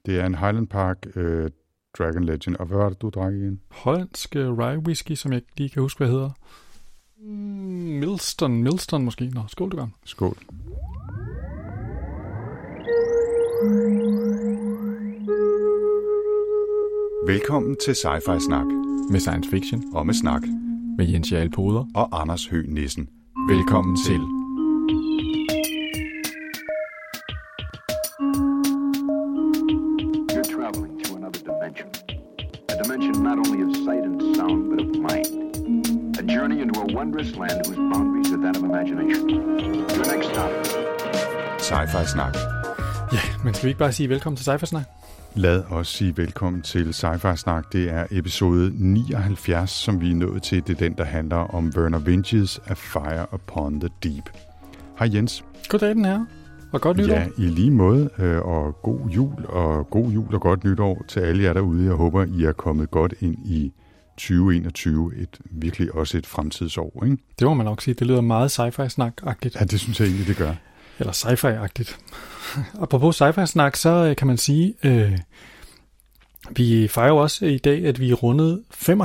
Det er en Highland Park Dragon Legend. Og hvad var det, du drak igen? Hollandsk rye whisky, som jeg ikke lige kan huske, hvad hedder. Milston måske. Nå, skål du gang. Skål. Velkommen til Sci-Fi Snak. Med science fiction. Og med snak. Med Jens Jarl Poder. Og Anders Høgh Nissen. Velkommen til. You're traveling to another dimension. A dimension not only of sight and sound, but of mind. A journey into a wondrous land whose boundaries are that of imagination. Your next stop. Sci-Fi Snak. Ja, men skal vi ikke bare sige velkommen til Sci-Fi Snak? Lad os sige velkommen til Sci-Fi Snak. Det er episode 79, som vi er nået til. Det er den, der handler om Vernor Vinges A Fire Upon the Deep. Hej Jens. Goddag den her. Og godt nytår. Ja, i lige måde. Og god jul og godt nytår til alle jer derude. Jeg håber, I er kommet godt ind i 2021. Virkelig også et fremtidsår, ikke? Det må man nok sige. Det lyder meget Sci-Fi Snak-agtigt. Ja, det synes jeg egentlig, det gør. Eller sci-fi-agtigt. Apropos sci-fi-snak, så kan man sige, vi fejrer også i dag, at vi rundede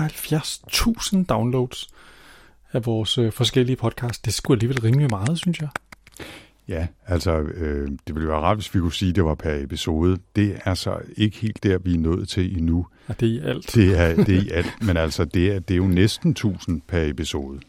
75.000 downloads af vores forskellige podcast. Det er sgu alligevel rimelig meget, synes jeg. Ja, altså det ville være rart, hvis vi kunne sige, at det var per episode. Det er så ikke helt der, vi er nået til endnu. Ja, det er i alt. Det er i alt, men altså det er jo næsten 1000 per episode.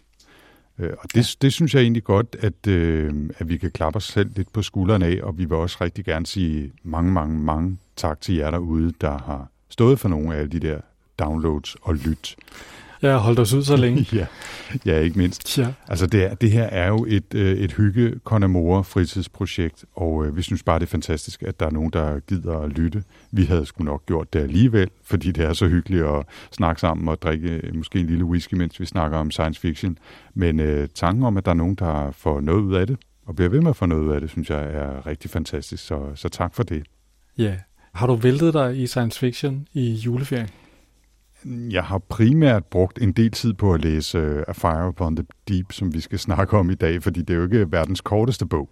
Og det synes jeg egentlig godt, at vi kan klappe os selv lidt på skuldrene af, og vi vil også rigtig gerne sige mange tak til jer derude, der har stået for nogle af alle de der downloads og lyt. Ja, holdt os ud så længe. ja, ikke mindst. Ja. Altså det her er jo et hygge Connemora fritidsprojekt, og vi synes bare, det er fantastisk, at der er nogen, der gider at lytte. Vi havde sgu nok gjort det alligevel, fordi det er så hyggeligt at snakke sammen og drikke måske en lille whisky, mens vi snakker om science fiction. Men tanken om, at der er nogen, der får noget ud af det, og bliver ved med at få noget ud af det, synes jeg er rigtig fantastisk. Så tak for det. Ja. Har du væltet dig i science fiction i juleferien? Jeg har primært brugt en del tid på at læse A Fire Upon the Deep, som vi skal snakke om i dag, fordi det er jo ikke verdens korteste bog.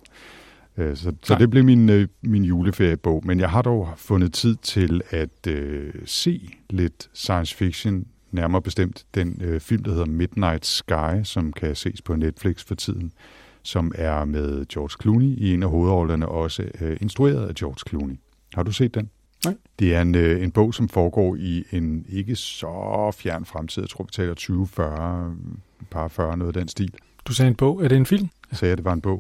Så det blev min juleferiebog. Men jeg har dog fundet tid til at se lidt science fiction, nærmere bestemt den film, der hedder Midnight Sky, som kan ses på Netflix for tiden, som er med George Clooney i en af hovedrollerne, også instrueret af George Clooney. Har du set den? Nej. Det er en bog, som foregår i en ikke så fjern fremtid. Jeg tror, vi taler 2040, par 40, noget af den stil. Du sagde en bog. Er det en film? Jeg sagde, at det var en bog.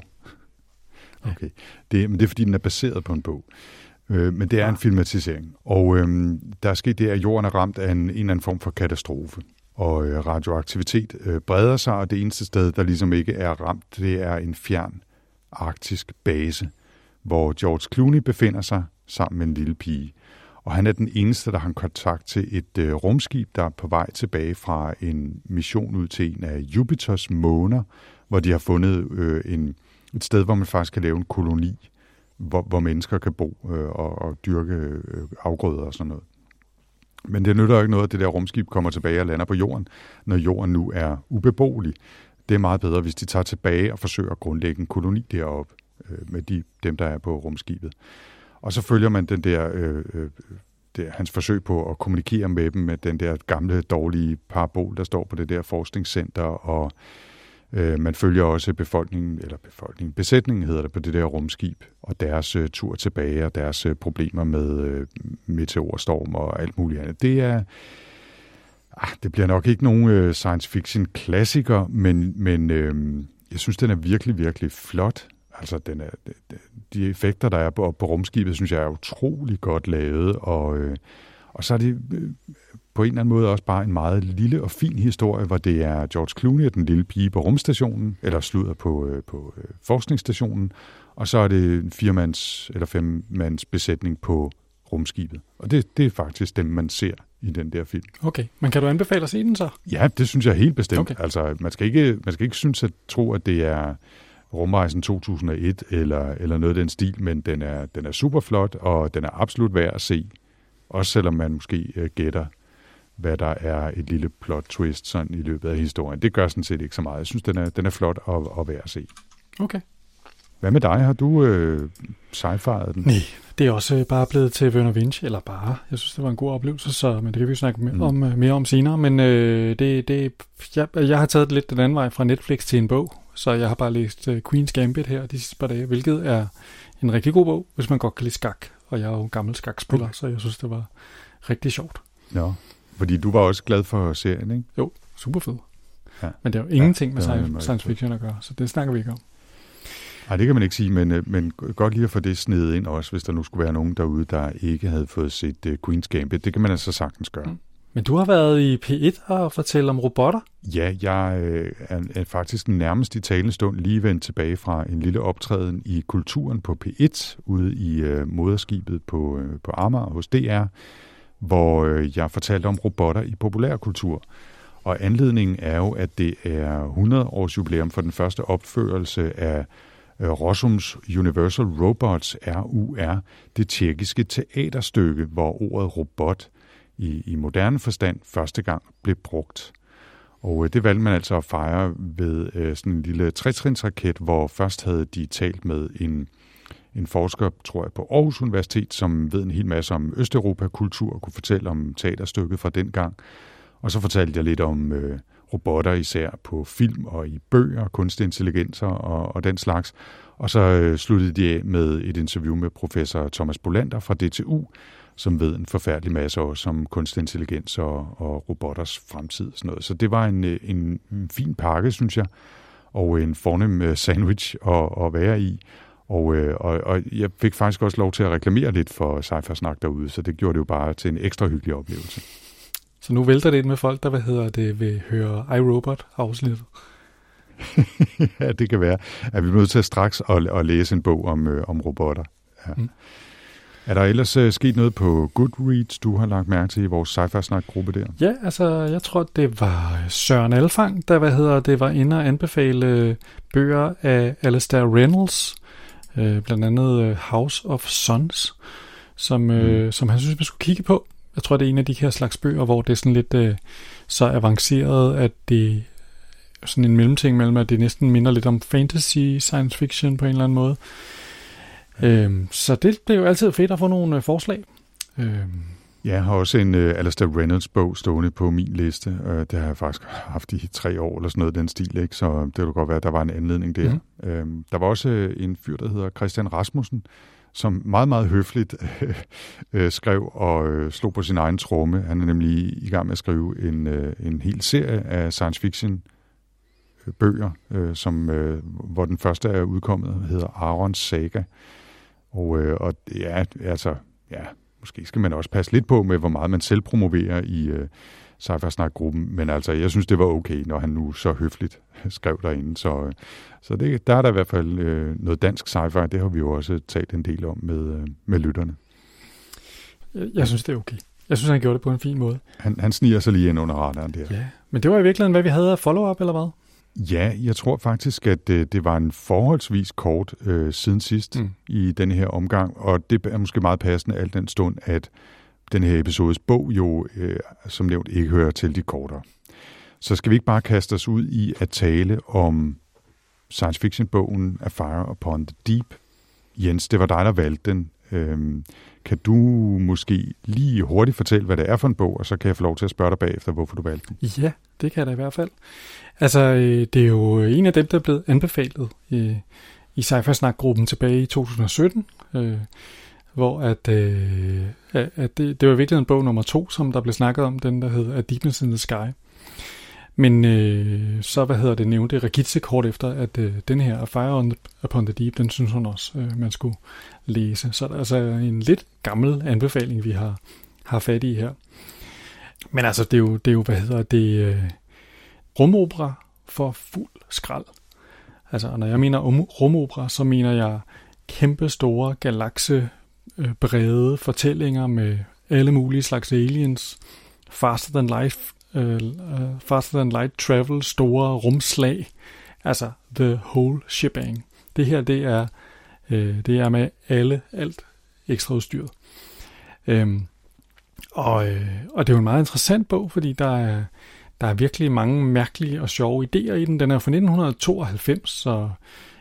Okay. Men det er, fordi den er baseret på en bog. Men det er en filmatisering. Og der er sket det, at jorden er ramt af en eller anden form for katastrofe. Og radioaktivitet breder sig, og det eneste sted, der ligesom ikke er ramt, det er en fjern arktisk base, hvor George Clooney befinder sig sammen med en lille pige. Og han er den eneste, der har kontakt til et rumskib, der er på vej tilbage fra en mission ud til en af Jupiters måner, hvor de har fundet et sted, hvor man faktisk kan lave en koloni, hvor mennesker kan bo og dyrke afgrøder og sådan noget. Men det nytter jo ikke noget, at det der rumskib kommer tilbage og lander på jorden, når jorden nu er ubeboelig. Det er meget bedre, hvis de tager tilbage og forsøger at grundlægge en koloni deroppe med dem, der er på rumskibet. Og så følger man den hans forsøg på at kommunikere med dem med den der gamle, dårlige parabol, der står på det der forskningscenter, og man følger også besætningen hedder det, på det der rumskib, og deres tur tilbage, og deres problemer med meteorstorm og alt muligt andet. Det bliver nok ikke nogen science fiction klassiker, men jeg synes, den er virkelig, virkelig flot. Altså, de effekter, der er på rumskibet, synes jeg er utrolig godt lavet, og så er det på en eller anden måde også bare en meget lille og fin historie, hvor det er George Clooney og den lille pige på rumstationen, eller på forskningsstationen, og så er det en 4-mands eller 5-mands besætning på rumskibet. Og det er faktisk dem, man ser i den der film. Okay, men kan du anbefale at se den så? Ja, det synes jeg helt bestemt. Okay. Altså, man skal ikke synes at tro, at det er Rumrejsen 2001 eller noget af den stil, men den er super flot, og den er absolut værd at se. Også selvom man måske gætter, hvad der er et lille plot twist sådan i løbet af historien. Det gør sådan set ikke så meget. Jeg synes, den er flot og værd at se. Okay. Hvad med dig? Har du sci-fi'et den? Nej, det er også bare blevet til Verne Vinch, eller bare. Jeg synes, det var en god oplevelse, så, men det kan vi jo snakke mere om senere. Men jeg har taget det lidt den anden vej fra Netflix til en bog, så jeg har bare læst Queen's Gambit her de sidste par dage, hvilket er en rigtig god bog, hvis man godt kan lide skak. Og jeg er jo en gammel skakspiller, så jeg synes, det var rigtig sjovt. Ja, fordi du var også glad for serien, ikke? Jo, super fed. Ja. Men det er jo ingenting med science fiction at gøre, så det snakker vi ikke om. Nej, det kan man ikke sige, men godt lige at få det snedet ind også, hvis der nu skulle være nogen derude, der ikke havde fået set Queen's Gambit. Det kan man altså sagtens gøre. Men du har været i P1 og fortælle om robotter? Ja, jeg er faktisk nærmest i talende stund lige vendt tilbage fra en lille optræden i Kulturen på P1, ude i moderskibet på Amager hos DR, hvor jeg fortalte om robotter i populærkultur. Og anledningen er jo, at det er 100-års jubilæum for den første opførelse af Rossums Universal Robots, RUR, det tjekkiske teaterstykke, hvor ordet robot i moderne forstand første gang blev brugt. Og det valgte man altså at fejre ved sådan en lille tretrinsraket, hvor først havde de talt med en forsker, tror jeg, på Aarhus Universitet, som ved en hel masse om Østeuropa-kultur og kunne fortælle om teaterstykket fra den gang. Og så fortalte jeg lidt om robotter, især på film og i bøger, kunstig intelligenser og den slags. Og så sluttede de af med et interview med professor Thomas Bolander fra DTU, som ved en forfærdelig masse også om kunstig intelligens og robotters fremtid og sådan noget. Så det var en fin pakke, synes jeg, og en fornem sandwich at være i. Og jeg fik faktisk også lov til at reklamere lidt for Sci-Fi-snak derude, så det gjorde det jo bare til en ekstra hyggelig oplevelse. Så nu vælter det ind med folk, der vil høre iRobot-afsnittet. Ja, det kan være. At vi er nødt til straks at læse en bog om robotter. Ja. Er der ellers sket noget på Goodreads, du har lagt mærke til i vores Sci-Fi-snak-gruppe der? Ja, altså jeg tror, det var Søren Alfang, der var inde og anbefale bøger af Alastair Reynolds, blandt andet House of Sons, som han synes, man skulle kigge på. Jeg tror, det er en af de her slags bøger, hvor det er sådan lidt så avanceret, at det er sådan en mellemting mellem, at det næsten minder lidt om fantasy, science fiction på en eller anden måde. Så det er jo altid fedt at få nogle forslag. Jeg har også en Alastair Reynolds bog stående på min liste. Det har jeg faktisk haft i 3 år eller sådan noget den stil, ikke? Så det kunne godt være, at der var en anledning der. Der var også en fyr, der hedder Christian Rasmussen, som meget, meget høfligt skrev og slog på sin egen tromme. Han er nemlig i gang med at skrive en hel serie af science fiction bøger, hvor den første er udkommet, hedder Arons Saga. Og ja, altså, ja, måske skal man også passe lidt på med, hvor meget man selv promoverer i Sci-Fi-snak-gruppen, men altså, jeg synes, det var okay, når han nu så høfligt skrev derinde. Så der er der i hvert fald noget dansk sci-fi, det har vi jo også talt en del om med lytterne. Jeg synes, det er okay. Jeg synes, han gjorde det på en fin måde. Han sniger sig lige ind under radaren der. Ja, men det var i virkeligheden, hvad vi havde af follow-up, eller hvad? Ja, jeg tror faktisk, at det var en forholdsvis kort siden sidst i den her omgang, og det er måske meget passende al den stund, at den her episodes bog jo, som nævnt, ikke hører til de kortere. Så skal vi ikke bare kaste os ud i at tale om science fiction-bogen A Fire Upon the Deep. Jens, det var dig, der valgte den. Kan du måske lige hurtigt fortælle, hvad det er for en bog, og så kan jeg få lov til at spørge dig bagefter, hvorfor du valgte den? Ja, det kan jeg da i hvert fald. Altså, det er jo en af dem, der er blevet anbefalet i Sci-Fi-snak-gruppen tilbage i 2017, hvor at det var virkelig en bog nummer 2, som der blev snakket om, den der hedder A Deepness in the Sky. Men så, nævnte Regitze kort efter, at den her A Fire Upon the Deep, den synes hun også, man skulle læse. Så der er altså en lidt gammel anbefaling, vi har fat i her. Men altså, det er jo rumopera for fuld skrald. Altså, når jeg mener rumopera, så mener jeg kæmpe store galaksebrede fortællinger med alle mulige slags aliens, faster than light travel, store rumslag, altså the whole shebang. Det her, det er med alt ekstra udstyret. Og det er jo en meget interessant bog, fordi der er virkelig mange mærkelige og sjove idéer i den. Den er fra 1992, så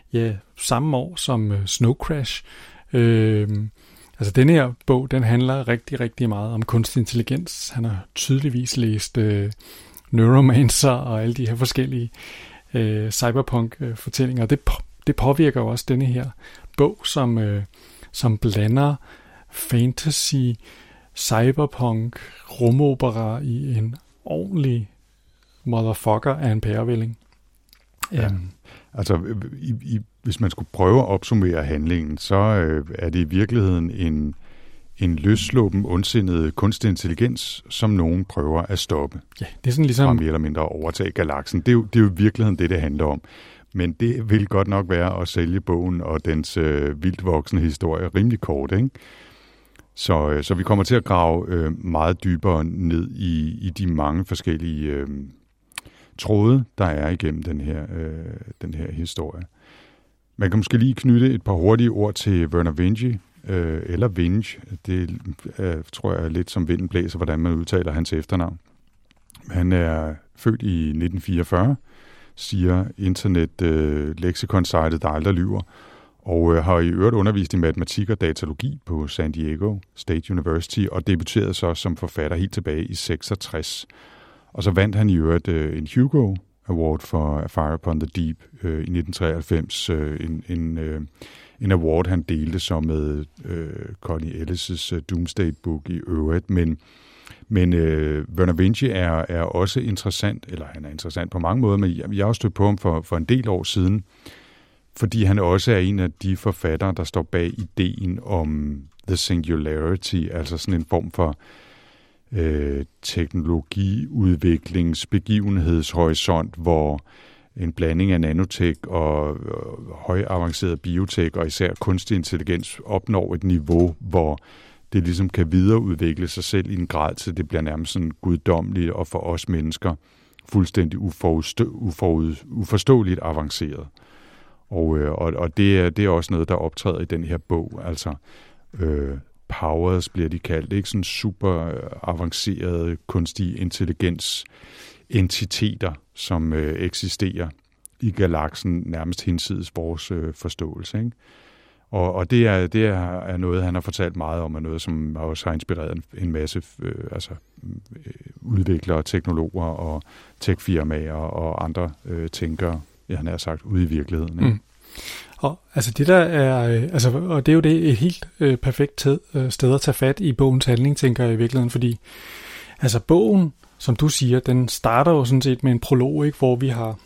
samme år som Snow Crash. Altså denne her bog, den handler rigtig, rigtig meget om kunstig intelligens. Han har tydeligvis læst Neuromancer og alle de her forskellige cyberpunk-fortællinger. Det påvirker jo også denne her bog, som blander fantasy, cyberpunk, rumopera i en ordentlig motherfucker af en pærevælling. Ja. Altså, hvis man skulle prøve at opsummere handlingen, så er det i virkeligheden en løssluppen, ondsindet kunstig intelligens, som nogen prøver at stoppe. Ja, det er sådan ligesom... Og mere eller mindre overtage galaksen. Det er jo i virkeligheden det handler om. Men det vil godt nok være at sælge bogen og dens vildt voksende historie rimelig kort, ikke? Så vi kommer til at grave meget dybere ned i de mange forskellige tråde, der er igennem den her historie. Man kan måske lige knytte et par hurtige ord til Vernor Vinge, eller Vinge. Det tror jeg er lidt som vinden blæser, hvordan man udtaler hans efternavn. Han er født i 1944, siger internet-leksikonsejtet, der aldrig lyver, og har i øvrigt undervist i matematik og datalogi på San Diego State University, og debuterede så som forfatter helt tilbage i 66. Og så vandt han i øvrigt en Hugo Award for A Fire Upon the Deep i 1993, en award, han delte så med Connie Ellis' Doomsday Book i øvrigt, men Vernor Vinge er også interessant, eller han er interessant på mange måder, men jeg har også stødt på ham for en del år siden, fordi han også er en af de forfattere, der står bag ideen om The Singularity, altså sådan en form for teknologiudviklingsbegivenhedshorisont, hvor en blanding af nanotek og højavanceret biotek og især kunstig intelligens opnår et niveau, hvor det ligesom kan videreudvikle sig selv i en grad til det bliver nærmest sådan guddommeligt og for os mennesker fuldstændig uforståeligt avanceret. Og det er også noget, der optræder i den her bog, altså powers bliver de kaldt, ikke sådan super avancerede kunstige intelligens entiteter, som eksisterer i galaksen nærmest hinsides vores forståelse, ikke? Og det er noget, han har fortalt meget om, og noget, som også har inspireret en masse udviklere, teknologer og techfirmaer og andre tænkere, han har sagt, ude i virkeligheden. Ikke? Og altså det der er, og det er jo det et helt perfekt sted at tage fat i bogens handling, tænker jeg i virkeligheden, fordi altså bogen, som du siger, den starter jo sådan set med en prolog, ikke, hvor vi har,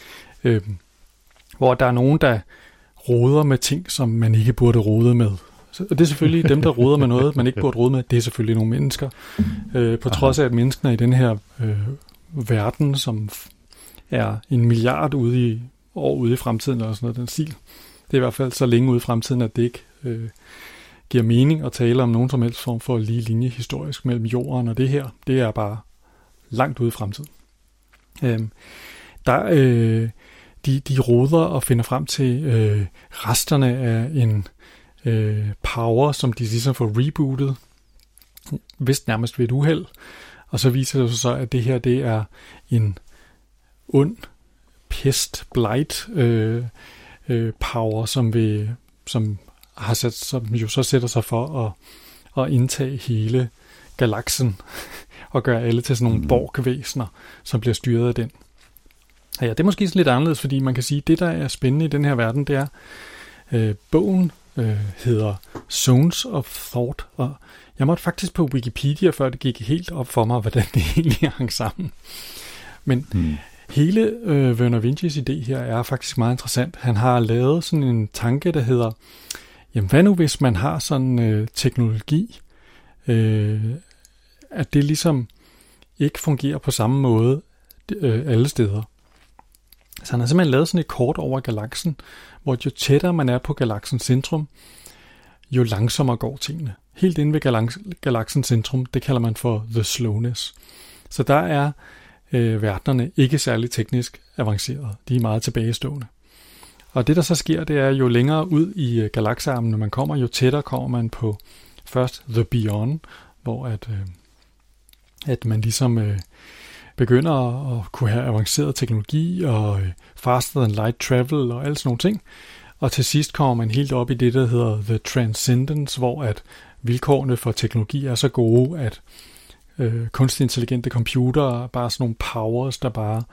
hvor der er nogen, der roder med ting, som man ikke burde rode med. Og det er selvfølgelig dem, der roder med noget, man ikke burde rode med, det er selvfølgelig nogle mennesker. På trods af, at menneskene i den her verden, som er 1 milliard år ude i fremtiden, eller sådan noget, den stil. Det er i hvert fald så længe ude i fremtiden, at det ikke giver mening at tale om nogen som helst form for lige linje historisk mellem jorden og det her. Det er bare langt ude i fremtiden. De roder og finder frem til resterne af en power, som de ligesom får rebootet, vist nærmest ved et uheld. Og så viser det sig så, at det her, det er en ond pest, blight power, som jo så sætter sig for at indtage hele galaksen og gøre alle til sådan nogle borgvæsener, som bliver styret af den. Ja, det er måske sådan lidt anderledes, fordi man kan sige, at det, der er spændende i den her verden, det er, bogen hedder Zones of Thought, og jeg måtte faktisk på Wikipedia, før det gik helt op for mig, hvordan det egentlig hang sammen. Men hele Vernor Vinges idé her er faktisk meget interessant. Han har lavet sådan en tanke, der hedder, jamen hvad nu hvis man har sådan teknologi, at det ligesom ikke fungerer på samme måde alle steder. Så han har simpelthen lavet sådan et kort over galaksen, hvor jo tættere man er på galaksens centrum, jo langsommere går tingene. Helt inde ved galaksens centrum, det kalder man for the slowness. Så der er verdenerne ikke særlig teknisk avanceret. De er meget tilbagestående. Og det, der så sker, det er, jo længere ud i galaksearmen, når man kommer, jo tættere kommer man på først the beyond, hvor at man ligesom begynder at kunne have avanceret teknologi og faster than light travel og alt sådan nogle ting. Og til sidst kommer man helt op i det, der hedder The Transcendence, hvor at vilkårene for teknologi er så gode, at kunstig intelligente computere bare sådan nogle powers, der bare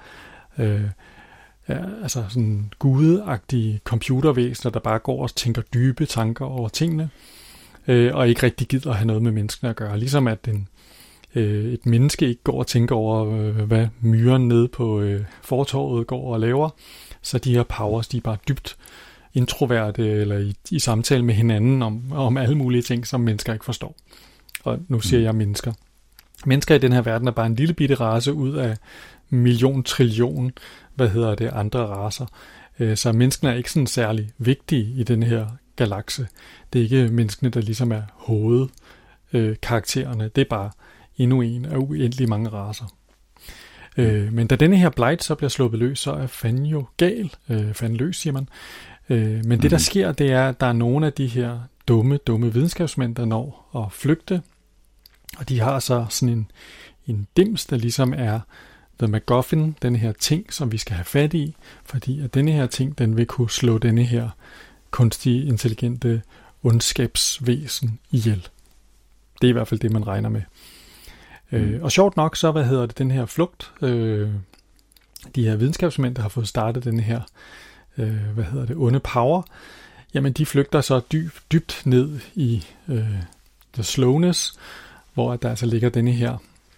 altså sådan gudeagtige computervæsener, der bare går og tænker dybe tanker over tingene, og ikke rigtig gider at have noget med menneskene at gøre. Ligesom at et menneske ikke går og tænker over, hvad myren nede på fortorvet går og laver, så de her powers, de er bare dybt introverte eller i samtale med hinanden om alle mulige ting, som mennesker ikke forstår. Og nu siger jeg mennesker. Mennesker i den her verden er bare en lille bitte race ud af trillion, andre racer. Så menneskene er ikke sådan særlig vigtige i den her galakse. Det er ikke menneskene, der ligesom er hovedkaraktererne. Det er bare endnu en af uendelig mange racer. Men da denne her Blight så bliver sluppet løs, så er fanden jo gal. Fanden løs, siger man. Men det, der sker, det er, at der er nogle af de her dumme videnskabsmænd, der når at flygte. Og de har så sådan en dims, der ligesom er The MacGuffin, den her ting, som vi skal have fat i, fordi at denne her ting, den vil kunne slå denne her kunstige, intelligente ondskabsvæsen ihjel. Det er i hvert fald det, man regner med. Og sjovt nok, så den her flugt, de her videnskabsmænd, der har fået startet den her, onde power, jamen de flygter så dybt ned i The Slowness, hvor der altså ligger denne her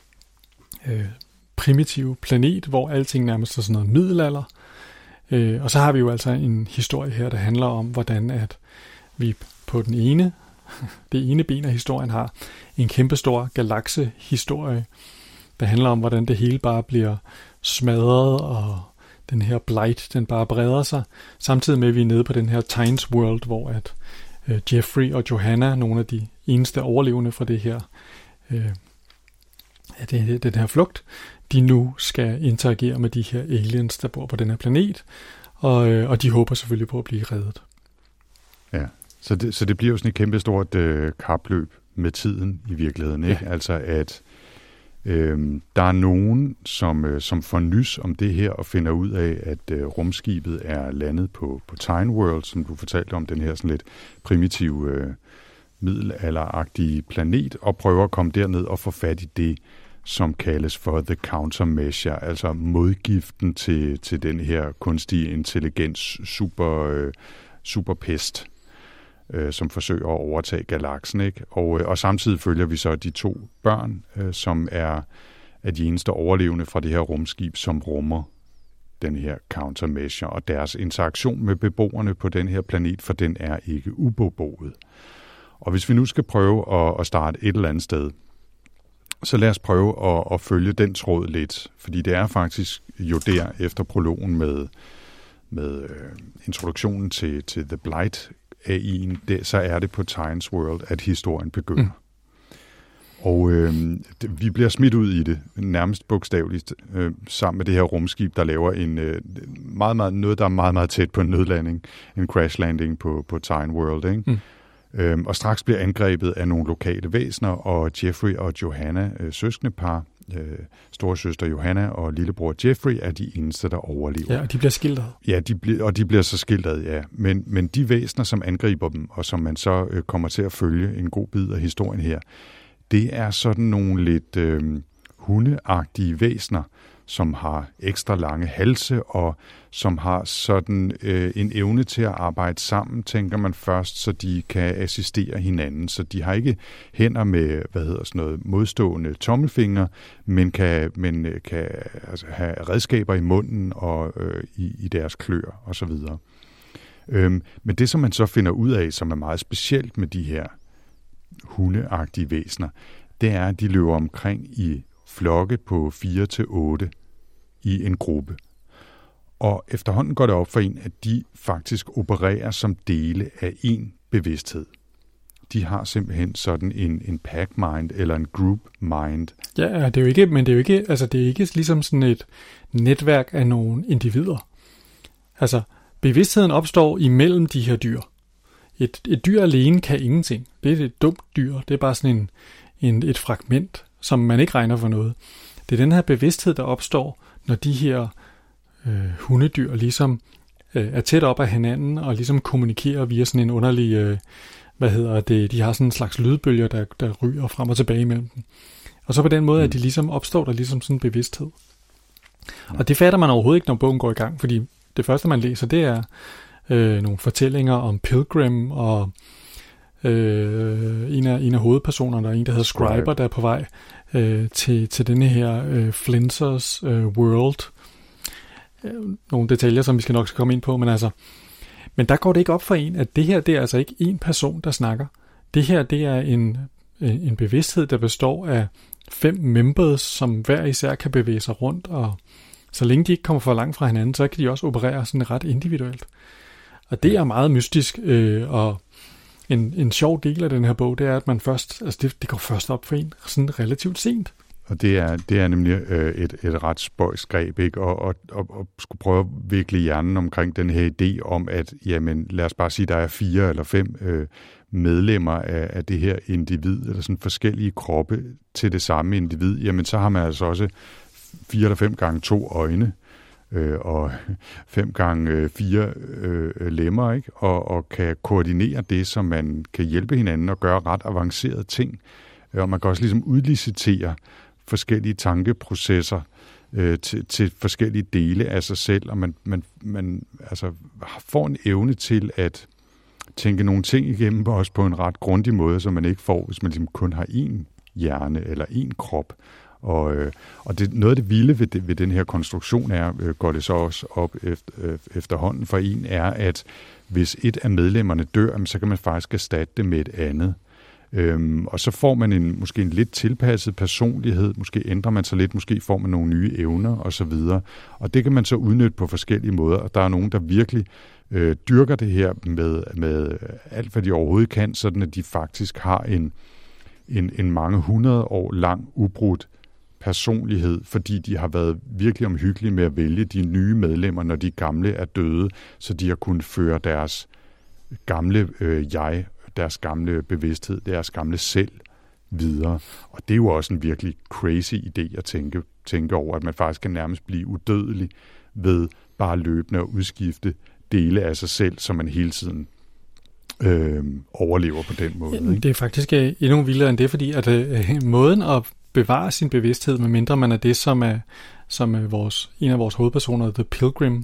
primitive planet, hvor alting nærmest er sådan noget middelalder. Og så har vi jo altså en historie her, der handler om, hvordan at vi på det ene ben af historien har en kæmpestor galaksehistorie, der handler om, hvordan det hele bare bliver smadret, og den her Blight, den bare breder sig, samtidig med, at vi er nede på den her Tynes World, hvor at Jeffrey og Johanna, nogle af de eneste overlevende fra det her den her flugt, de nu skal interagere med de her aliens, der bor på den her planet, og de håber selvfølgelig på at blive reddet. Ja, så det bliver jo sådan et kæmpestort kapløb med tiden i virkeligheden, ikke? Ja. Altså at der er nogen, som får nys om det her og finder ud af, at rumskibet er landet på Tyne World, som du fortalte om, den her sådan lidt primitive middelalderagtige planet, og prøver at komme derned og få fat i det, som kaldes for the countermeasure, altså modgiften til den her kunstige intelligens superpest, som forsøger at overtage galaksen, ikke? Og samtidig følger vi så de 2 børn, som er de eneste overlevende fra det her rumskib, som rummer den her countermeasure, og deres interaktion med beboerne på den her planet, for den er ikke ubeboet. Og hvis vi nu skal prøve at starte et eller andet sted, så lad os prøve at følge den tråd lidt, fordi det er faktisk jo der efter prologen med introduktionen til The Blight AI'en, så er det på Tynes World, at historien begynder. Og vi bliver smidt ud i det, nærmest bogstaveligt, sammen med det her rumskib, der laver noget, der er meget, meget tæt på en nødlanding, en crash landing på Tyne World, ikke? Og straks bliver angrebet af nogle lokale væsener, og Jeffrey og Johanna, søskendepar, storesøster Johanna og lillebror Jeffrey, er de eneste, der overlever. Ja, og de bliver skildret. Ja, de bliver så skildret, ja. Men de væsener, som angriber dem, og som man så kommer til at følge en god bid af historien her, det er sådan nogle lidt hundeagtige væsener, som har ekstra lange halse, og som har sådan en evne til at arbejde sammen, tænker man først, så de kan assistere hinanden. Så de har ikke hænder med, modstående tommelfingre, men kan altså have redskaber i munden og i deres klør og så videre. Men det, som man så finder ud af, som er meget specielt med de her hundeagtige væsener, det er, at de løber omkring i flokke på 4-8 i en gruppe. Og efterhånden går det op for en, at de faktisk opererer som dele af en bevidsthed. De har simpelthen sådan en pack mind eller en group mind. Ja, det er jo ikke, men det er jo ikke, altså det er ikke ligesom sådan et netværk af nogle individer. Altså bevidstheden opstår imellem de her dyr. Et dyr alene kan ingenting. Det er et dumt dyr. Det er bare sådan et fragment, som man ikke regner for noget. det er den her bevidsthed, der opstår, når de her hundedyr ligesom er tæt op af hinanden, og ligesom kommunikerer via sådan en underlig, de har sådan en slags lydbølger, der ryger frem og tilbage imellem dem. Og så på den måde, at de ligesom opstår der ligesom sådan en bevidsthed. Og det fatter man overhovedet ikke, når bogen går i gang, fordi det første, man læser, det er nogle fortællinger om Pilgrim, og en af hovedpersonerne, der er en, der hedder Scriber, der er på vej til denne her Flintsers World. Nogle detaljer, som vi skal nok komme ind på, men der går det ikke op for en, at det her, det er altså ikke en person, der snakker. Det her, det er en bevidsthed, der består af 5 members, som hver især kan bevæge sig rundt, og så længe de ikke kommer for langt fra hinanden, så kan de også operere sådan ret individuelt. Og det er meget mystisk, og en sjov del af den her bog, det er, at man først, altså det går først op for en sådan relativt sent. Og det er nemlig et ret spøjst greb, ikke? Og skulle prøve at vikle hjernen omkring den her idé om, at jamen, lad os bare sige, der er 4 eller 5 medlemmer af det her individ, eller sådan forskellige kroppe til det samme individ, jamen så har man altså også 4 eller 5 gange 2 øjne, og 5 gange 4 lemmer, ikke? Og kan koordinere det, så man kan hjælpe hinanden og gøre ret avancerede ting. Og man kan også ligesom udlicitere forskellige tankeprocesser til forskellige dele af sig selv, og man altså får en evne til at tænke nogle ting igennem, også på en ret grundig måde, som man ikke får, hvis man ligesom kun har én hjerne eller én krop. Og det, noget af det vilde ved den her konstruktion går det så også op efterhånden for en, er, at hvis et af medlemmerne dør, så kan man faktisk erstatte det med et andet. Og så får man måske en lidt tilpasset personlighed, måske ændrer man sig lidt, måske får man nogle nye evner osv. Og det kan man så udnytte på forskellige måder, og der er nogen, der virkelig dyrker det her med alt, hvad de overhovedet kan, sådan at de faktisk har en mange 100 år lang ubrudt personlighed, fordi de har været virkelig omhyggelige med at vælge de nye medlemmer, når de gamle er døde, så de har kunnet føre deres gamle deres gamle bevidsthed, deres gamle selv videre. Og det er jo også en virkelig crazy idé at tænke over, at man faktisk kan nærmest blive udødelig ved bare løbende at udskifte dele af sig selv, så man hele tiden overlever på den måde. Ikke? Det er faktisk endnu vildere end det, fordi at måden at bevare sin bevidsthed, medmindre man er det, som er en af vores hovedpersoner, The Pilgrim,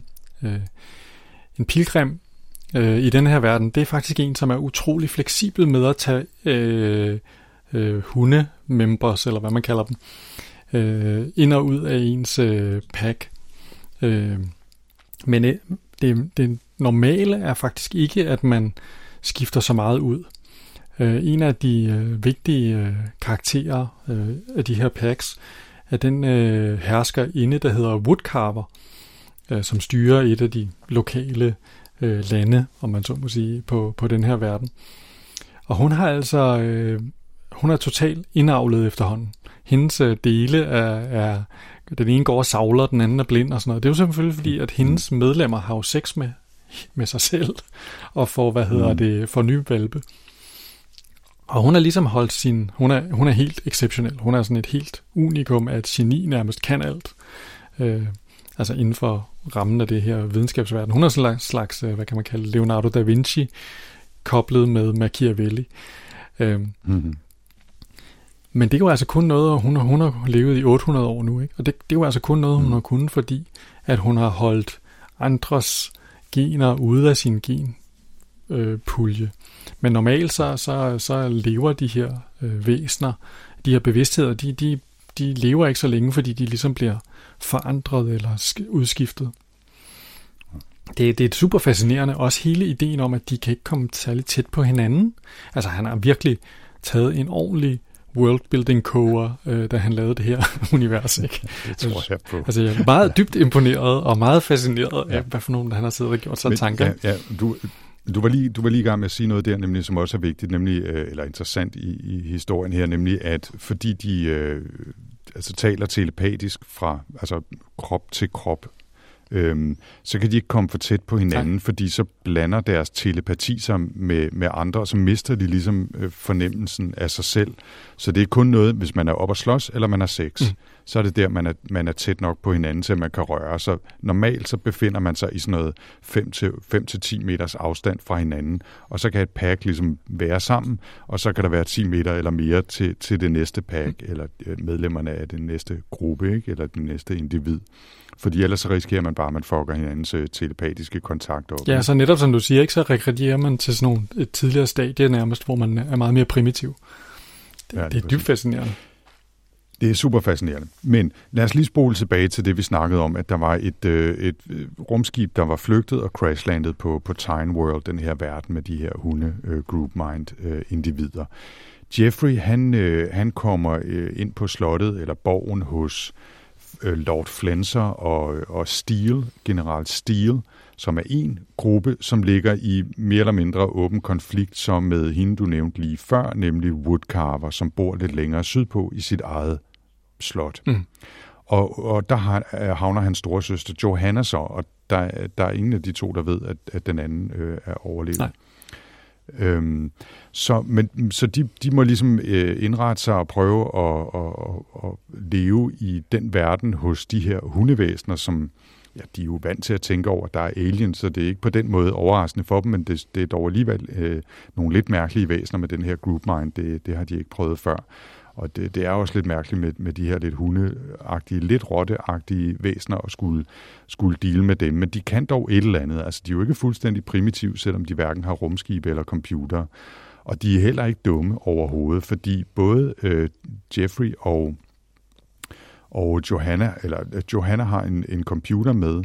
en pilgrim, i den her verden, det er faktisk en, som er utrolig fleksibel med at tage hundemembers, eller hvad man kalder dem, ind og ud af ens pack. Men det normale er faktisk ikke, at man skifter så meget ud. En af de vigtige karakterer af de her packs er den herskerinde, der hedder Woodcarver, som styrer et af de lokale lande, om man så må sige, på den her verden. Og hun har altså hun er totalt indavlet efterhånden. Hendes dele er den ene går og savler, den anden er blind og sådan noget. Det er jo selvfølgelig fordi, at hendes medlemmer har jo sex med sig selv og får, får nye valpe. Og hun har ligesom holdt hun er helt exceptionel. Hun er sådan et helt unikum af et geni, nærmest kan alt. Altså inden for rammen af det her videnskabsverden. Hun er sådan en slags, hvad kan man kalde, Leonardo da Vinci, koblet med Machiavelli. Men det er jo altså kun noget, hun har levet i 800 år nu, ikke? Og det er jo altså kun noget, hun har kunnet, fordi at hun har holdt andres gener ude af sin genpulje. Men normalt så lever de her væsener, de her bevidstheder, de lever ikke så længe, fordi de ligesom bliver forandret eller udskiftet. Det er super fascinerende. Også hele ideen om, at de kan ikke komme særlig tæt på hinanden. Altså han har virkelig taget en ordentlig worldbuilding-koger, da han lavede det her univers. Ikke? Det tror jeg på. Altså jeg er meget dybt imponeret og meget fascineret af, hvad for nogen han har siddet og gjort sig tanker. Ja, du var lige i gang med at sige noget der, nemlig, som også er vigtigt, nemlig, eller interessant i historien her, nemlig at fordi de taler telepatisk fra krop til krop, så kan de ikke komme for tæt på hinanden, fordi så blander deres telepati sig med andre, og så mister de ligesom fornemmelsen af sig selv. Så det er kun noget, hvis man er oppe at slås, eller man er sex. Så er det der, man er tæt nok på hinanden, til at man kan røre. Så normalt så befinder man sig i sådan noget 5-10 meters afstand fra hinanden, og så kan et pack ligesom være sammen, og så kan der være 10 meter eller mere til det næste pack, eller medlemmerne af den næste gruppe, ikke? Eller den næste individ. Fordi ellers så risikerer man bare, at man fucker hinandens telepatiske kontakt op. Ja, så netop som du siger, ikke, så regredierer man til sådan nogle, et tidligere stadie nærmest, hvor man er meget mere primitiv. Det er dybt fascinerende. Det er super fascinerende. Men lad os lige spole tilbage til det, vi snakkede om, at der var et rumskib, der var flygtet og crashlandet på Tyne World, den her verden med de her hunde-group-mind-individer. Jeffrey, han kommer ind på slottet, eller borgen hos Lord Flenser og Steele, general Steele, som er en gruppe, som ligger i mere eller mindre åben konflikt, som med hende, du nævnte lige før, nemlig Woodcarver, som bor lidt længere sydpå i sit eget slot. Og der havner hans storesøster Johanna så, og der er ingen af de to, der ved, at den anden er overlevet. Nej. Så de må ligesom indrette sig og prøve at leve i den verden hos de her hundevæsener, som de er jo vant til at tænke over, at der er aliens, så det er ikke på den måde overraskende for dem, men det er dog alligevel nogle lidt mærkelige væsener med den her group mind. Det har de ikke prøvet før. Og det er også lidt mærkeligt med de her lidt hundeagtige, lidt rotteagtige væsener at skulle deale med dem. Men de kan dog et eller andet. Altså, de er jo ikke fuldstændig primitive, selvom de hverken har rumskibe eller computer. Og de er heller ikke dumme overhovedet, fordi både Jeffrey og Johanna har en computer med,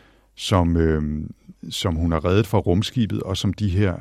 som hun har reddet fra rumskibet, og som de her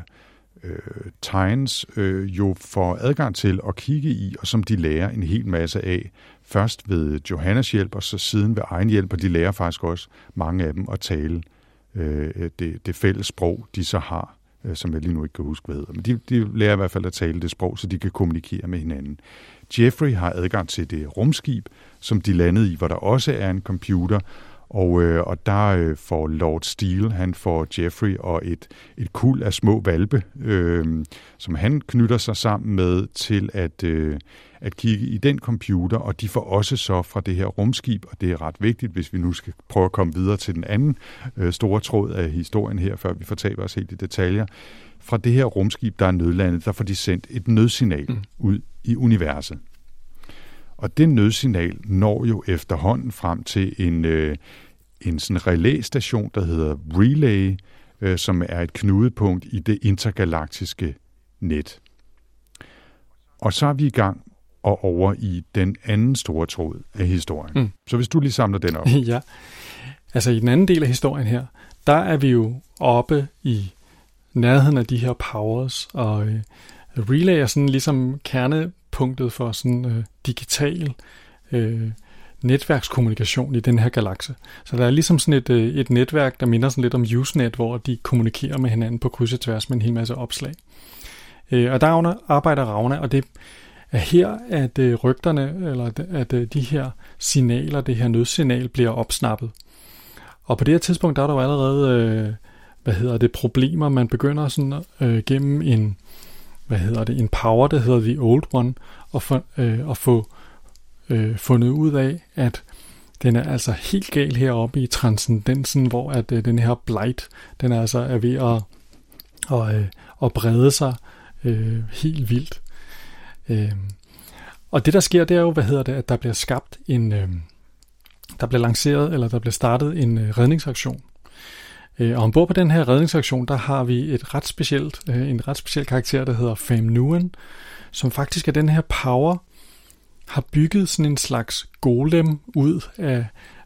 Tynes jo får adgang til at kigge i, og som de lærer en hel masse af. Først ved Johannas hjælp, og så siden ved egen hjælp, og de lærer faktisk også mange af dem at tale det fælles sprog, de så har, som jeg lige nu ikke kan huske, hvad hedder. Men de lærer i hvert fald at tale det sprog, så de kan kommunikere med hinanden. Jeffrey har adgang til det rumskib, som de landede i, hvor der også er en computer, og der får Lord Steele, han får Jeffrey og et kuld af små hvalpe, som han knytter sig sammen med til at kigge i den computer, og de får også så fra det her rumskib, og det er ret vigtigt, hvis vi nu skal prøve at komme videre til den anden store tråd af historien her, før vi fortaber os helt i detaljer. Fra det her rumskib, der er nødlandet, der får de sendt et nødsignal ud i universet. Og det nødsignal når jo efterhånden frem til en sådan relæstation, der hedder Relay, som er et knudepunkt i det intergalaktiske net. Og så er vi i gang og over i den anden store tråd af historien. Så hvis du lige samler den op. Ja, altså i den anden del af historien her, der er vi jo oppe i nærheden af de her powers, og Relay er sådan ligesom kernepunktet for sådan digital netværkskommunikation i den her galakse. Så der er ligesom sådan et netværk, der minder sådan lidt om Usenet, hvor de kommunikerer med hinanden på kryds og tværs med en hel masse opslag. Og der arbejder Ravna, og det er her, at rygterne, eller at de her signaler, det her nødsignal, bliver opsnappet. Og på det her tidspunkt, der er der jo allerede, problemer. Man begynder sådan gennem en power, der hedder The Old One, at få fundet ud af, at den er altså helt gal heroppe i transcendensen, hvor at den her blight, den altså er ved at brede sig helt vildt. Og det der sker, det er jo, at der bliver skabt der bliver lanceret, eller der bliver startet en redningsaktion. Og ombord på den her redningsaktion, der har vi en ret speciel karakter, der hedder Fam Nguyen, som faktisk er den her power, har bygget sådan en slags golem ud af,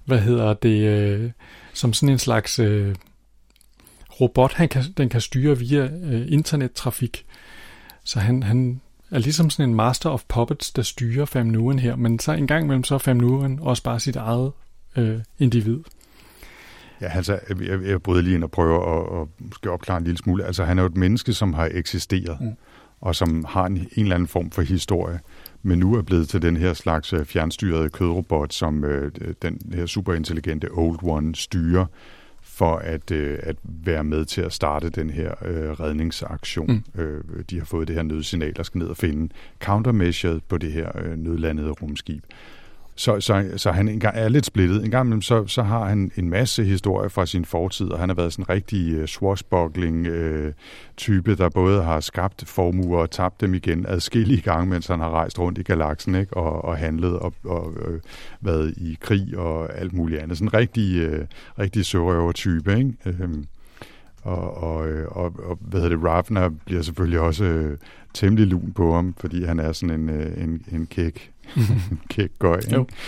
som sådan en slags robot, den kan styre via internettrafik. Så han er ligesom sådan en master of puppets, der styrer Fam Nguyen her, men så en gang imellem så er Fam Nguyen også bare sit eget individ. Ja, altså, jeg bryder lige ind og prøver at skal opklare en lille smule. Altså, han er jo et menneske, som har eksisteret, og som har en eller anden form for historie. men nu er blevet til den her slags fjernstyrede kødrobot, som den her superintelligente Old One styrer, for at være med til at starte den her redningsaktion. De har fået det her nødsignal, der skal ned og finde countermeasure på det her nødlandede rumskib. Så han er lidt splittet. En gang imellem, så har han en masse historier fra sin fortid, og han har været sådan en rigtig swashbuckling-type, der både har skabt formuer og tabt dem igen adskillige gange, mens han har rejst rundt i galaksen, ikke? Og handlet og været i krig og alt muligt andet. Sådan en rigtig sørøver-type, ikke? Og Ravna bliver selvfølgelig også temmelig lun på ham, fordi han er sådan en kæk gøj.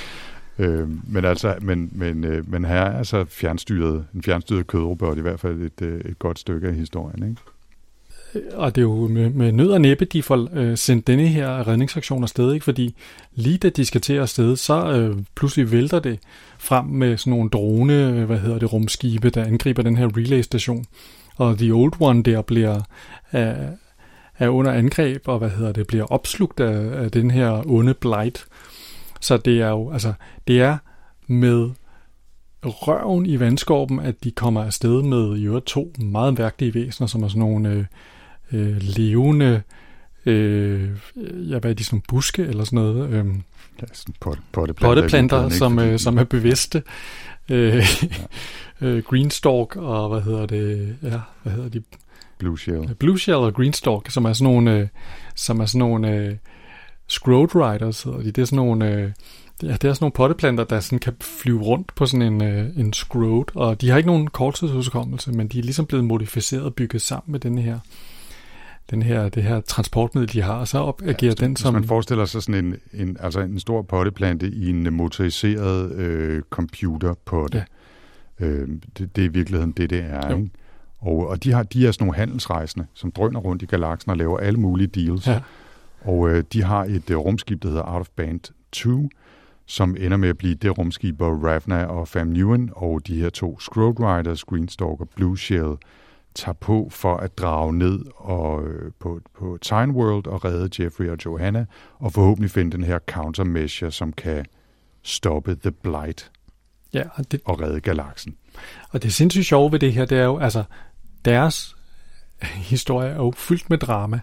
Men her er altså en fjernstyret kødrobot, i hvert fald et godt stykke af historien, ikke? Og det er jo med nød og næppe, de får sendt denne her redningsaktion afsted, ikke? Fordi lige da de skal til afsted, så pludselig vælter det frem med sådan nogle drone, rumskibe, der angriber den her relay-station. Og The Old One der bliver er under angreb, og bliver opslugt af den her onde Blight. Så det er jo, det er med røven i vandskorpen, at de kommer afsted med 2 meget mærkelige væsener, som er sådan nogle levende, hvad er de, sådan nogle buske eller sådan noget? Potteplanter, som er bevidste. Greenstalk og hvad hedder de? Blue Shell og Greenstalk, som er sådan nogle Scroad Riders, hedder de. Det er sådan nogle potteplanter, der sådan kan flyve rundt på sådan en Scroad, og de har ikke nogen korttidsudkommelse, men de er ligesom blevet modificeret og bygget sammen med det her transportmiddel, de har, og så agerer den som... Hvis man forestiller sig sådan en stor potteplante i en motoriseret computerpotte, det er i virkeligheden det er, ikke? Og de er sådan nogle handelsrejsende, som drøner rundt i galaksen og laver alle mulige deals. Ja. Og de har et rumskib, der hedder Out of Band 2, som ender med at blive det rumskib, hvor Ravna og Fam Newen og de her 2 Scroad Riders, Greenstalk og Blue Shell, tager på for at drage ned på Time World og redde Jeffrey og Johanna, og forhåbentlig finde den her countermeasure, som kan stoppe The Blight og redde galaksen. Og det sindssygt sjove ved det her, det er jo, deres historie er jo fyldt med drama.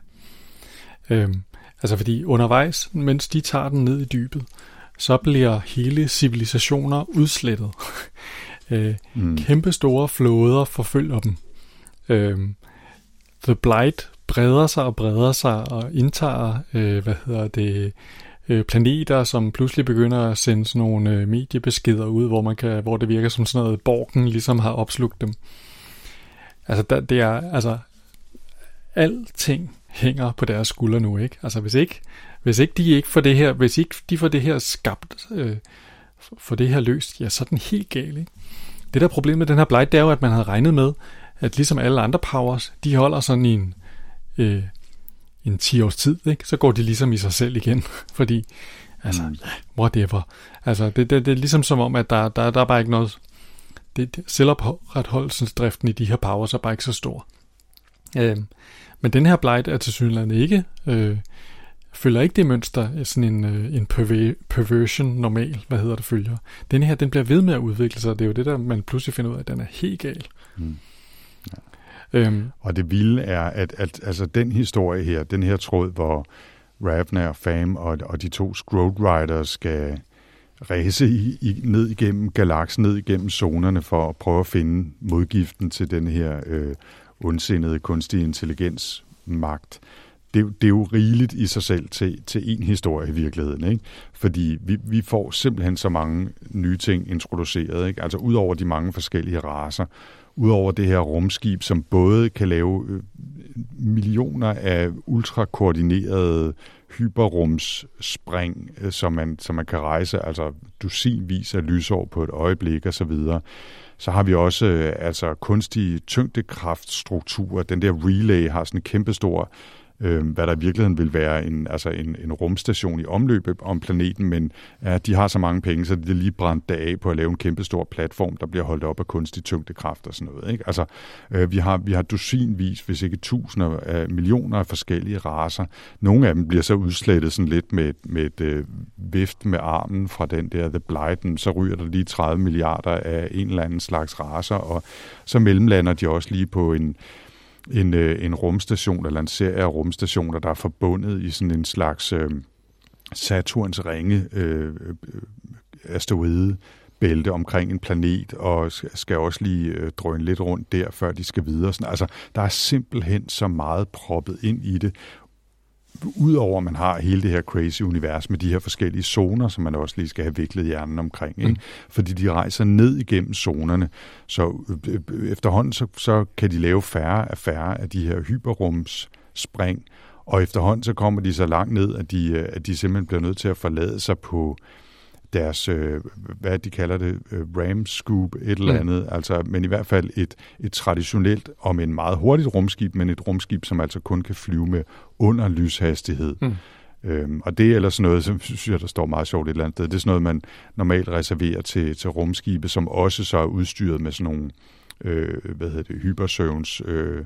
Fordi undervejs, mens de tager den ned i dybet, så bliver hele civilisationer udslettet. Kæmpe store flåder forfølger dem. The Blight breder sig og indtager planeter, som pludselig begynder at sende sådan nogle mediebeskeder ud, hvor det virker som sådan noget, Borgen ligesom har opslugt dem. Det er alting hænger på deres skuldre nu, ikke? Hvis ikke de får det her skabt, får det her løst, så er den helt gal, ikke? Det der problem med den her Blight, det er jo, at man havde regnet med, at ligesom alle andre powers, de holder sådan i en 10 års tid, ikke? Så går de ligesom i sig selv igen, fordi, whatever. Det er ligesom som om, at der er bare ikke noget, selvopretholdelsesdriften i de her powers er bare ikke så stor. Men den her Blight er tilsyneladende ikke, følger ikke det mønster, sådan en perversion normal, følger. Den her, den bliver ved med at udvikle sig, det er jo det, der man pludselig finder ud af, at den er helt gal. Og det vilde er, at den historie her, den her tråd, hvor Ravna og Fam og de 2 Scroad Riders skal ræse ned igennem galaksen, ned igennem zonerne for at prøve at finde modgiften til den her ondsindede kunstig intelligensmagt. Det er jo rigeligt i sig selv til en historie i virkeligheden, ikke? Fordi vi får simpelthen så mange nye ting introduceret, ikke? Ud over de mange forskellige racer, ud over det her rumskib, som både kan lave millioner af ultrakoordinerede hyperrumsspring, som man kan rejse, dusinvis af lysår på et øjeblik og så videre. Så har vi også kunstige tyngdekraftstrukturer. Den der relay har sådan en kæmpestor hvad der i virkeligheden vil være en rumstation i omløb om planeten, men de har så mange penge, så de lige brændt af på at lave en kæmpe stor platform, der bliver holdt op af kunstig tyngdekraft og sådan noget. Ikke? Altså, vi har dusinvis, hvis ikke tusinder af millioner af forskellige racer. Nogle af dem bliver så udslettet sådan lidt med et vift med armen fra den der The Blight, så ryger der lige 30 milliarder af en eller anden slags racer, og så mellemlander de også lige på en rumstation, eller en serie af rumstationer, der er forbundet i sådan en slags Saturns ringe asteroidebælte omkring en planet, og skal også lige drøne lidt rundt der, før de skal videre. Sådan, altså, der er simpelthen så meget proppet ind i det, udover at man har hele det her crazy univers med de her forskellige zoner, som man også lige skal have viklet hjernen omkring. Ikke? Fordi de rejser ned igennem zonerne, så efterhånden så kan de lave færre af de her hyperrumsspring, og efterhånden så kommer de så langt ned, at de simpelthen bliver nødt til at forlade sig på deres, hvad de kalder det, ramscoop, et eller andet, altså, men i hvert fald et traditionelt, om en meget hurtigt rumskib, men et rumskib, som altså kun kan flyve med under lyshastighed. Og det er ellers noget, som synes jeg, der står meget sjovt et eller andet sted. Det er sådan noget, man normalt reserverer til rumskibe, som også så er udstyret med sådan nogle, hypersøvns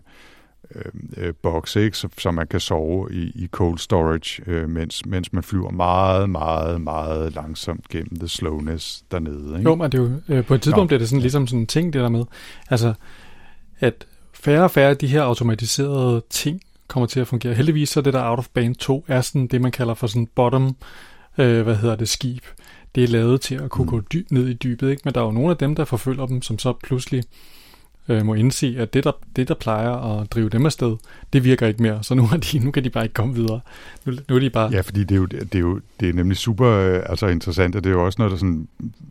bokse, ikke? Så man kan sove i cold storage, mens man flyver meget, meget, meget langsomt gennem the slowness dernede. Ikke? Jo, men det er jo, på et tidspunkt bliver det sådan ligesom sådan en ting, det der med, altså, at færre og færre af de her automatiserede ting kommer til at fungere. Heldigvis så det der Out of Band 2 er sådan det, man kalder for sådan bottom, skib. Det er lavet til at kunne gå ned i dybet, ikke? Men der er jo nogle af dem, der forfølger dem, som så pludselig må indse, at det, der plejer at drive dem afsted, det virker ikke mere. Så nu kan de bare ikke komme videre. Nu er de bare... Ja, fordi det er nemlig super interessant, og det er jo også noget, der sådan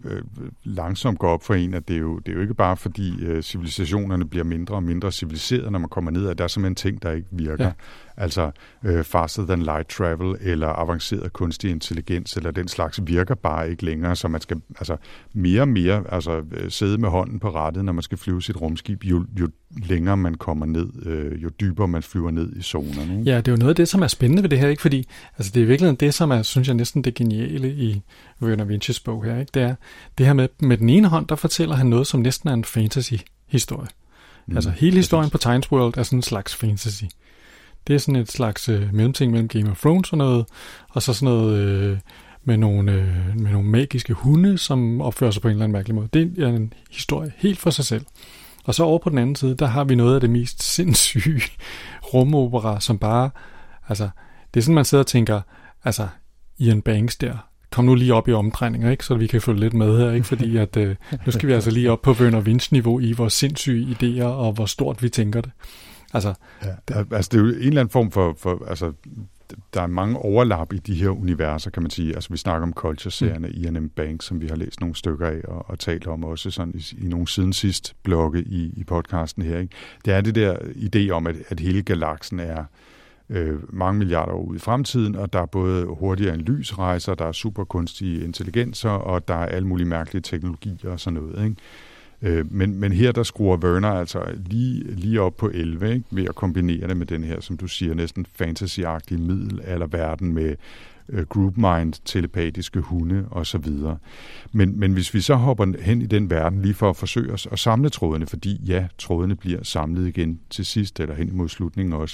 langsomt går op for en, at det er jo ikke bare fordi civilisationerne bliver mindre og mindre civiliserede, når man kommer ned, at der er simpelthen ting, der ikke virker. Ja. Altså faster than light travel, eller avanceret kunstig intelligens, eller den slags virker bare ikke længere, så man skal mere og mere sidde med hånden på rattet, når man skal flyve sit rumskib, jo længere man kommer ned, jo dybere man flyver ned i zonerne. Ikke? Ja, det er jo noget af det, som er spændende ved det her, ikke? Fordi altså, det er virkelig det, som er, synes jeg, næsten det geniale i Verne Vincis bog her. Ikke? Det er det her med den ene hånd, der fortæller han noget, som næsten er en fantasy-historie. Altså hele historien på Times World er sådan en slags fantasy. Det er sådan et slags mellemting mellem Game of Thrones og noget, og så sådan noget med nogle magiske hunde, som opfører sig på en eller anden mærkelig måde. Det er en historie helt for sig selv. Og så over på den anden side, der har vi noget af det mest sindssyge rumopera, som bare, altså, det er sådan, man sidder og tænker, altså, Ian Banks der, kom nu lige op i omdrejninger, ikke, så vi kan følge lidt med her, ikke, fordi at nu skal vi altså lige op på Verne Vinci-niveau i vores sindssyge idéer, og hvor stort vi tænker det. Altså, det er jo en eller anden form for altså, der er mange overlap i de her universer, kan man sige. Altså, vi snakker om Culture-serien af Ian M. Banks, som vi har læst nogle stykker af og talt om også sådan i nogle siden sidst blogge i podcasten her. Ikke? Det er det der idé om, at hele galaksen er mange milliarder år ude i fremtiden, og der er både hurtigere end lysrejser, der er superkunstige intelligenser, og der er alle mulige mærkelige teknologier og sådan noget, ikke? Men her der skruer Werner altså lige op på 11, ikke? Ved at kombinere det med den her, som du siger, næsten fantasy-agtige middelalderverden med groupmind, telepatiske hunde og så videre. Men hvis vi så hopper hen i den verden lige for at forsøge os at samle trådene, fordi ja, trådene bliver samlet igen til sidst, eller hen imod slutningen også,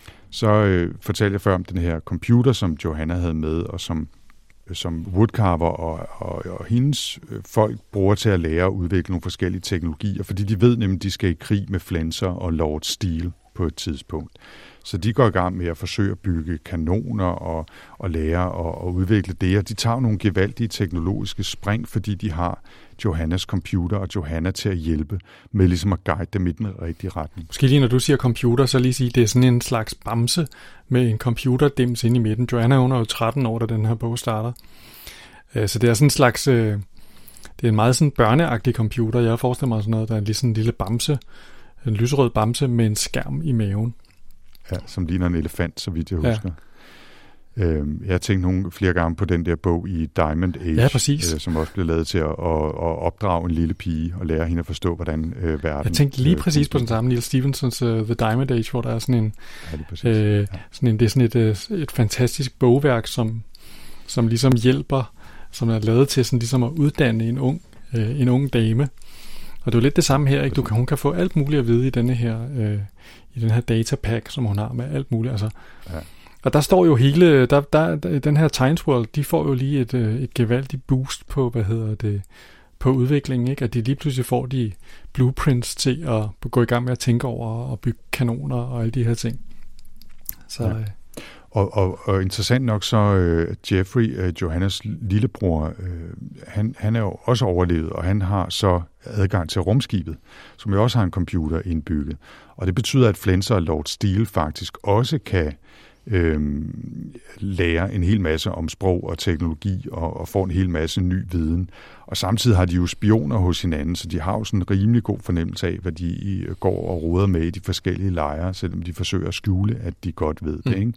så fortalte jeg før om den her computer, som Johanna havde med, og som Woodcarver og hendes folk bruger til at lære at udvikle nogle forskellige teknologier, fordi de ved nemlig, at de skal i krig med Flenser og Lord Steel på et tidspunkt. Så de går i gang med at forsøge at bygge kanoner og lære at udvikle det, og de tager nogle gevaldige teknologiske spring, fordi de har Johannas computer og Johanna til at hjælpe med ligesom at guide dem i den rigtige retning. Måske lige når du siger computer, så lige sige, det er sådan en slags bamse med en computerdims inde i midten. Johanna er jo 13 år, da den her bog starter. Så det er sådan en slags, det er en meget sådan børneagtig computer. Jeg forestiller mig sådan noget, der er lige sådan en lille bamse, en lyserød bamse med en skærm i maven. Ja, som ligner en elefant, så vidt jeg husker. Jeg har tænkt flere gange på den der bog i Diamond Age, som også blev lavet til at opdrage en lille pige og lære hende at forstå, hvordan verden... Jeg tænkte lige præcis på den samme, Neil Stephensons The Diamond Age, hvor der er sådan en... det er sådan et fantastisk bogværk, som ligesom hjælper, som er lavet til sådan ligesom at uddanne en ung dame. Og det er jo lidt det samme her, ikke? Hun kan få alt muligt at vide i den her datapack, som hun har med alt muligt. Altså. Ja. Og der står jo hele, den her Tines World, de får jo lige et gevaldigt boost på, på udviklingen, ikke? At de lige pludselig får de blueprints til at gå i gang med at tænke over og bygge kanoner og alle de her ting. Så... Ja. Og interessant nok så Jeffrey, Johannas lillebror, han er jo også overlevet, og han har så adgang til rumskibet, som jo også har en computer indbygget. Og det betyder, at Flenser og Lord Steele faktisk også kan lære en hel masse om sprog og teknologi og få en hel masse ny viden. Og samtidig har de jo spioner hos hinanden, så de har jo sådan en rimelig god fornemmelse af, hvad de går og roder med i de forskellige lejre, selvom de forsøger at skjule, at de godt ved det, ikke?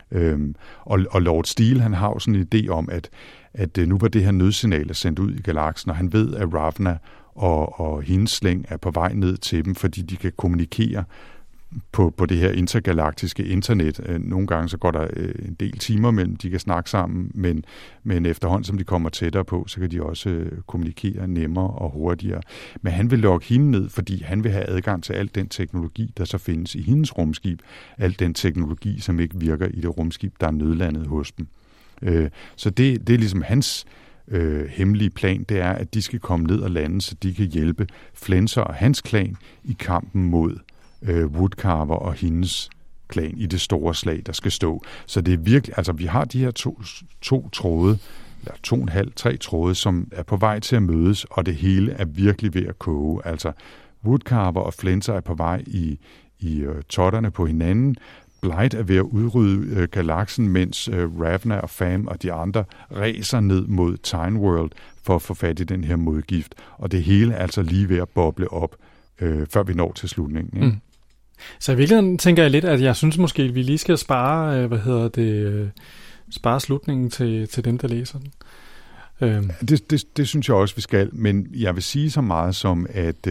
Og Lord Steele, han har jo sådan en idé om, at nu var det her nødsignal sendt ud i galaksen, og han ved, at Ravna og hendes slæng er på vej ned til dem, fordi de kan kommunikere på det her intergalaktiske internet. Nogle gange så går der en del timer mellem, de kan snakke sammen, men efterhånden som de kommer tættere på, så kan de også kommunikere nemmere og hurtigere. Men han vil lokke hende ned, fordi han vil have adgang til al den teknologi, der så findes i hendes rumskib. Al den teknologi, som ikke virker i det rumskib, der er nødlandet hos dem. Så det er ligesom hans hemmelige plan, det er, at de skal komme ned og lande, så de kan hjælpe Flenser og hans klan i kampen mod Woodcarver og hendes klan i det store slag, der skal stå. Så det er virkelig, altså vi har de her to tråde, eller 2,5-3 tråde, som er på vej til at mødes, og det hele er virkelig ved at koge. Altså Woodcarver og Flenser er på vej i totterne på hinanden. Blight er ved at udrydde galaksen, mens Ravna og Fam og de andre ræser ned mod Tine World for at få fat i den her modgift. Og det hele er altså lige ved at boble op, før vi når til slutningen. Ikke? Mm. Så i virkeligheden tænker jeg lidt, at jeg synes måske, at vi lige skal spare, spare slutningen til dem, der læser den. Det synes jeg også, vi skal. Men jeg vil sige så meget som, at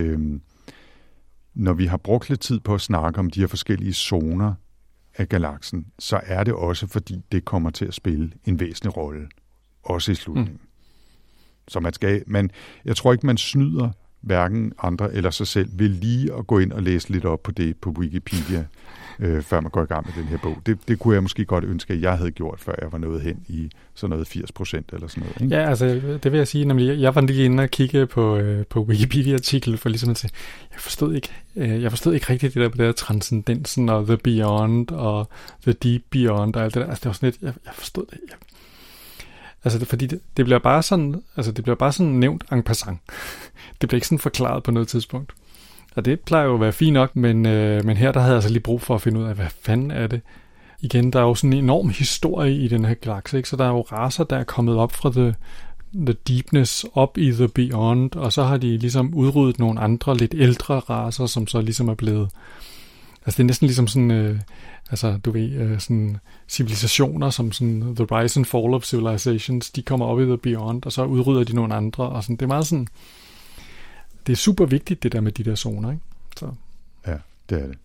når vi har brugt lidt tid på at snakke om de her forskellige zoner af galaksen, så er det også, fordi det kommer til at spille en væsentlig rolle, også i slutningen. Mm. Så jeg tror ikke, man snyder hverken andre eller sig selv ved lige at gå ind og læse lidt op på det på Wikipedia, før man går i gang med den her bog. Det kunne jeg måske godt ønske, at jeg havde gjort, før jeg var nået hen i sådan noget 80% eller sådan noget. Ikke? Ja, altså det vil jeg sige, nemlig jeg var lige inde og kigge på Wikipedia-artikel for ligesom at sige, jeg forstod ikke rigtigt det der med det der transcendensen og the beyond og the deep beyond og alt det der. Altså det var sådan lidt, jeg forstod det. Altså fordi det bliver bare sådan, altså det bliver bare sådan nævnt en passant. Det bliver ikke sådan forklaret på noget tidspunkt. Og det plejer jo at være fint nok, men her der havde jeg altså lige brug for at finde ud af, hvad fanden er det. Igen, der er jo sådan en enorm historie i den her galakse, ikke? Så der er jo racer, der er kommet op fra the deepness op i the beyond, og så har de ligesom udryddet nogle andre, lidt ældre racer, som så ligesom er blevet... Altså det er næsten ligesom sådan, du ved, sådan civilisationer, som sådan the rise and fall of civilizations, de kommer op i the beyond, og så udrydder de nogle andre, og sådan, det er meget sådan... Det er super vigtigt, det der med de der zoner, ikke? Så. Ja, det er det.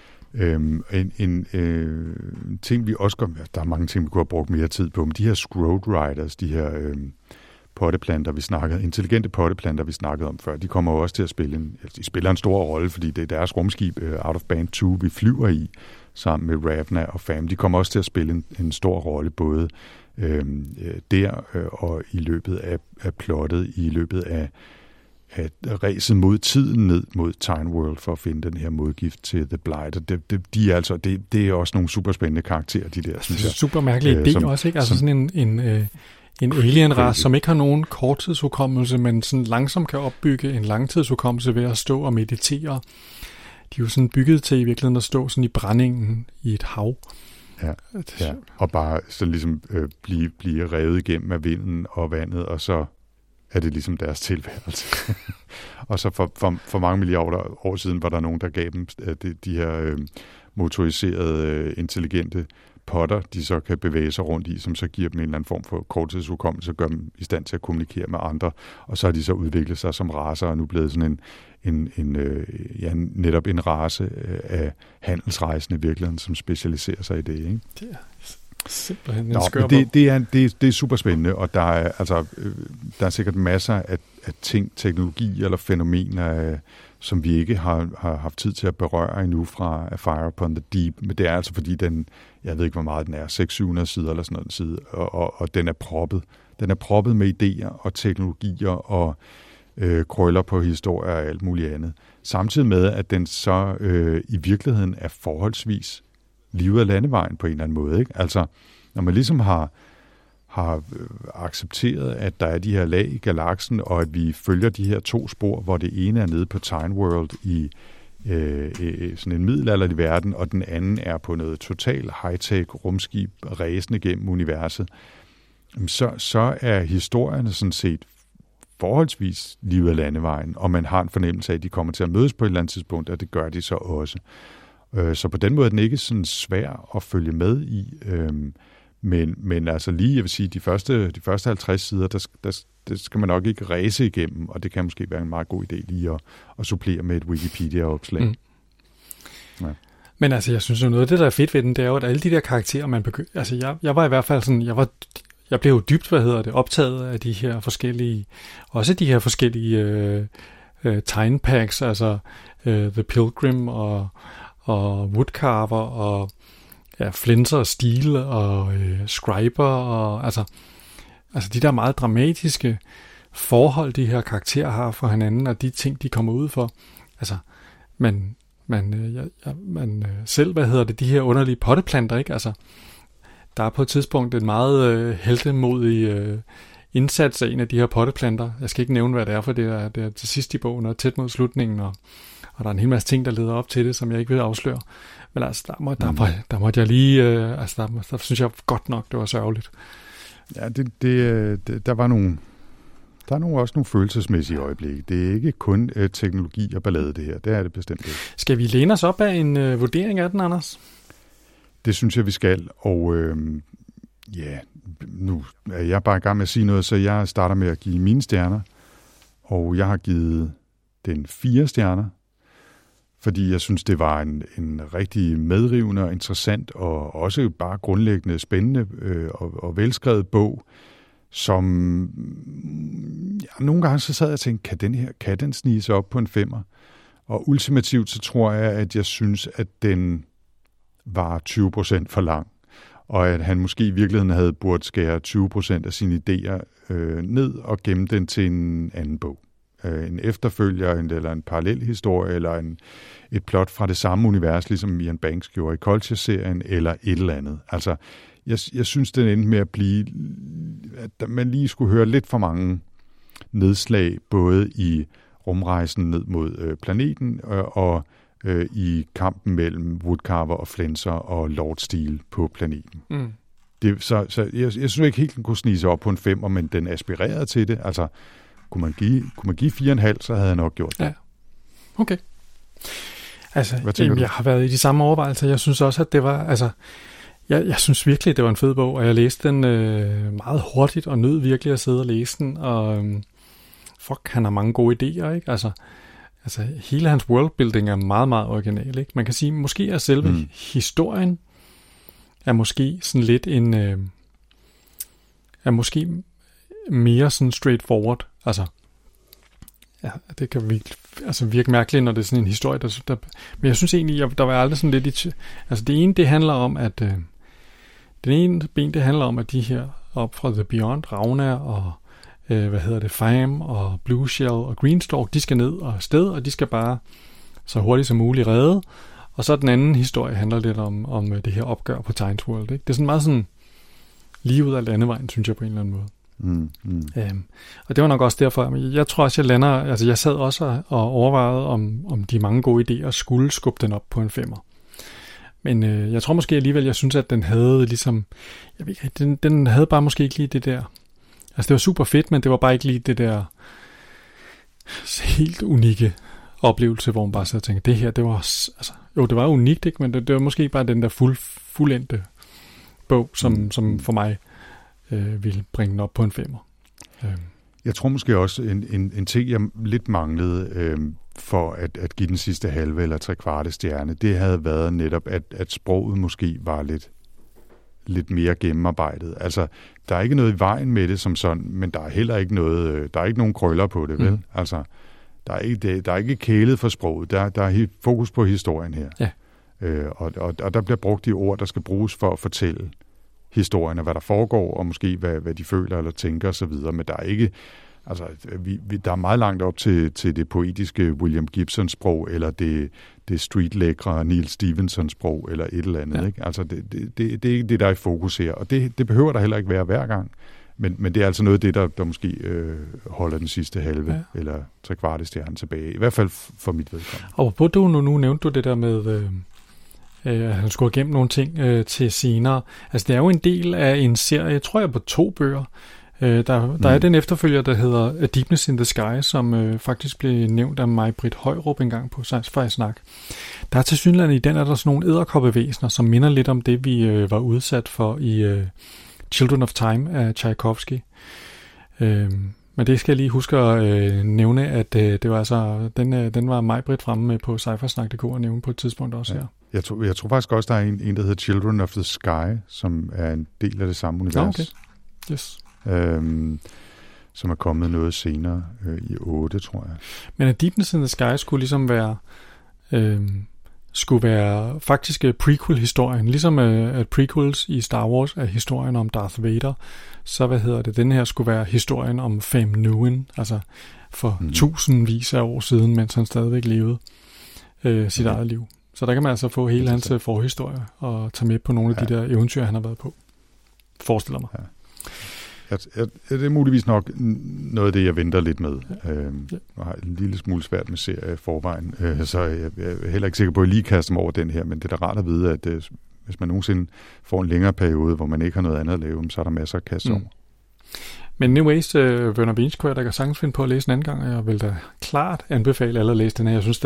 En ting, vi også gør, der er mange ting, vi kunne have brugt mere tid på, men de her Scroad Riders, de her potteplanter, intelligente potteplanter, vi snakkede om før, de kommer jo også til at spiller en stor rolle, fordi det er deres rumskib, Out of Band 2, vi flyver i, sammen med Ravna og Fam. De kommer også til at spille en stor rolle, både der og i løbet af plottet, i løbet af ræset mod tiden ned mod Tine World for at finde den her modgift til The Blight. Det er også nogle super spændende karakterer, de der, synes jeg. Super mærkelig idé også, ikke? Altså sådan en alien-race, som ikke har nogen korttidshukommelse, men sådan langsomt kan opbygge en langtidshukommelse ved at stå og meditere. De er jo sådan bygget til i virkeligheden at stå sådan i brændingen i et hav. Ja. Og bare så ligesom blive revet igennem af vinden og vandet, og så er det ligesom deres tilværelse. Og så for mange milliarder år siden var der nogen, der gav dem de her motoriserede, intelligente potter, de så kan bevæge sig rundt i, som så giver dem en eller anden form for korttidshukommelse, gør dem i stand til at kommunikere med andre, og så har de så udviklet sig som racer, og nu blevet sådan netop en race af handelsrejsende i virkeligheden, som specialiserer sig i det, ikke? Det er simpelthen en skør bog. Det er super spændende, og der er sikkert masser af ting, teknologi eller fænomener, som vi ikke har haft tid til at berøre endnu fra A Fire Upon the Deep, men det er altså fordi jeg ved ikke hvor meget den er, 600-700 sider eller sådan noget side, og den er proppet. Den er proppet med idéer og teknologier og krøller på historier og alt muligt andet. Samtidig med, at den så i virkeligheden er forholdsvis livet af landevejen på en eller anden måde, ikke? Altså, når man ligesom har accepteret, at der er de her lag i galaksen, og at vi følger de her 2 spor, hvor det ene er nede på Time World i sådan en middelalderlig verden, og den anden er på noget total high-tech rumskib, ræsende gennem universet, så er historierne sådan set forholdsvis livet af landevejen, og man har en fornemmelse af, at de kommer til at mødes på et eller andet tidspunkt, og det gør de så også. Så på den måde er den ikke sådan svær at følge med i, men altså lige, jeg vil sige, de første 50 sider, der skal man nok ikke ræse igennem, og det kan måske være en meget god idé lige at supplere med et Wikipedia-opslag. Mm. Ja. Men altså, jeg synes jo noget af det, der er fedt ved den, det er jo, at alle de der karakterer, altså jeg var i hvert fald sådan, jeg blev jo dybt, optaget af de her forskellige, også de her forskellige tegnpacks, altså The Pilgrim og Woodcarver og Flinser og Steel og Scriber og altså de der meget dramatiske forhold, de her karakterer har for hinanden, og de ting, de kommer ud for. Altså, man selv, de her underlige potteplanter, ikke? Altså, der er på et tidspunkt en meget heltemodig indsats af en af de her potteplanter. Jeg skal ikke nævne, hvad det er, for det er til sidst i bogen og tæt mod slutningen, og der er en hel masse ting, der leder op til det, som jeg ikke vil afsløre. Men altså, der måtte jeg lige, der synes jeg godt nok, det var sørgeligt. Ja, der var også nogle følelsesmæssige øjeblikke. Det er ikke kun teknologi og ballade, det her. Det er det bestemt ikke. Skal vi læne os op af en vurdering af den, Anders? Det synes jeg, vi skal. Og nu er jeg bare i gang med at sige noget, så jeg starter med at give mine stjerner. Og jeg har givet den 4 stjerner, fordi jeg synes, det var en rigtig medrivende og interessant, og også bare grundlæggende spændende og velskrevet bog, som nogle gange så sad jeg og tænkte, kan den snige sig op på en 5'er? Og ultimativt så tror jeg, at jeg synes, at den var 20% for lang, og at han måske i virkeligheden havde burde skære 20% af sine idéer ned og gemme den til en anden bog. En efterfølger, eller en parallel historie, eller et plot fra det samme univers, ligesom Ian Banks gjorde i Culture-serien, eller et eller andet. Altså, jeg synes, den endte med at blive, at man lige skulle høre lidt for mange nedslag, både i rumrejsen ned mod planeten, og i kampen mellem Woodcarver og Flenser og Lord Steel på planeten. Mm. Så jeg synes ikke helt, den kunne snige sig op på en 5'er, men den aspirerede til det. Altså, kunne man give 4,5, så havde jeg nok gjort det. Ja, okay. Altså, jeg har været i de samme overvejelser. Jeg synes også, at det var, altså, jeg synes virkelig, det var en fed bog, og jeg læste den meget hurtigt, og nød virkelig at sidde og læse den, og han har mange gode idéer, ikke? Altså hele hans worldbuilding er meget, meget original, ikke? Man kan sige, måske er selve historien er måske sådan lidt en, er måske mere sådan straightforward. Altså, ja, det kan virke mærkeligt, når det er sådan en historie, der men jeg synes egentlig, der var aldrig sådan lidt altså det ene, det handler om, at den ene ben, det handler om, at de her op fra The Beyond, Ragna og Fam og Blue Shell og Greenstalk, de skal ned og afsted, og de skal bare så hurtigt som muligt redde. Og så den anden historie handler lidt om det her opgør på Times World, ikke? Det er sådan meget sådan lige ud af landevejen, synes jeg på en eller anden måde. Og det var nok også derfor, jeg tror også, jeg sad også og overvejede, om de mange gode idéer skulle skubbe den op på en 5'er. Men jeg tror måske alligevel, jeg synes, at den havde ligesom, jeg ved ikke, den havde bare måske ikke lige det der. Altså det var super fedt, men det var bare ikke lige det der helt unikke oplevelse, hvor man bare sad og tænkte, det her, det var, altså, jo, det var unikt, ikke? Men det var måske bare den der fuldendte bog, som for mig ville bringe den op på en 5'er. Jeg tror måske også, en ting, jeg lidt manglede for at give den sidste halve eller 3/4 stjerne, det havde været netop, at sproget måske var lidt mere gennemarbejdet. Altså, der er ikke noget i vejen med det som sådan, men der er heller ikke noget, der er ikke nogen krøller på det, vel? Altså, der er ikke kælet for sproget. Der er fokus på historien her. Ja. Og der bliver brugt de ord, der skal bruges for at fortælle historien, hvad der foregår, og måske hvad de føler eller tænker osv., men der er ikke, altså, der er meget langt op til det poetiske William Gibson sprog, eller det streetlækre Neil Stephenson sprog, eller et eller andet. Ja. Ikke? Altså, det er ikke det, der er i fokus her, og det behøver der heller ikke være hver gang, men det er altså noget af det, der måske holder den sidste halve, eller 3/4 stjerne tilbage, i hvert fald for mit vedkommende. Og nu nævnte du det der med han skulle igennem nogle ting til senere. Altså, det er jo en del af en serie, tror jeg, på 2 bøger. Der er den efterfølger, der hedder A Deepness in the Sky, som faktisk blev nævnt af Maj-Britt Højrup engang på Sci-Fi Snak. Der er tilsyneladende i den, er der sådan nogle edderkoppevæsener, som minder lidt om det, vi var udsat for i Children of Time af Tchaikovsky. Men det skal jeg lige huske at nævne, at det var altså, den var Maj-Britt fremme med på Sci-Fi-Snak.dk og nævne på et tidspunkt også her. Jeg tror faktisk også, der er en, der hedder Children of the Sky, som er en del af det samme univers. Okay. Yes. Som er kommet noget senere i 8, tror jeg. Men A Deepness in the Sky skulle ligesom være faktisk prequel-historien. Ligesom at prequels i Star Wars er historien om Darth Vader, så den her skulle være historien om Fam Nguyen, altså for tusindvis af år siden, mens han stadigvæk levede sit eget liv. Så der kan man altså få hele hans forhistorie og tage med på nogle af de der eventyr, han har været på. Forestiller mig. Ja. Det er muligvis nok noget af det, jeg venter lidt med. Jeg har en lille smule svært med serie i forvejen, så jeg er heller ikke sikker på, at jeg lige kaster mig over den her, men det er da rart at vide, at hvis man nogensinde får en længere periode, hvor man ikke har noget andet at lave, så er der masser at kaste over. Men anyways, Werner Binch kunne jeg da sagtens finde på at læse en anden gang, og jeg vil da klart anbefale alle at læse den her. Jeg synes,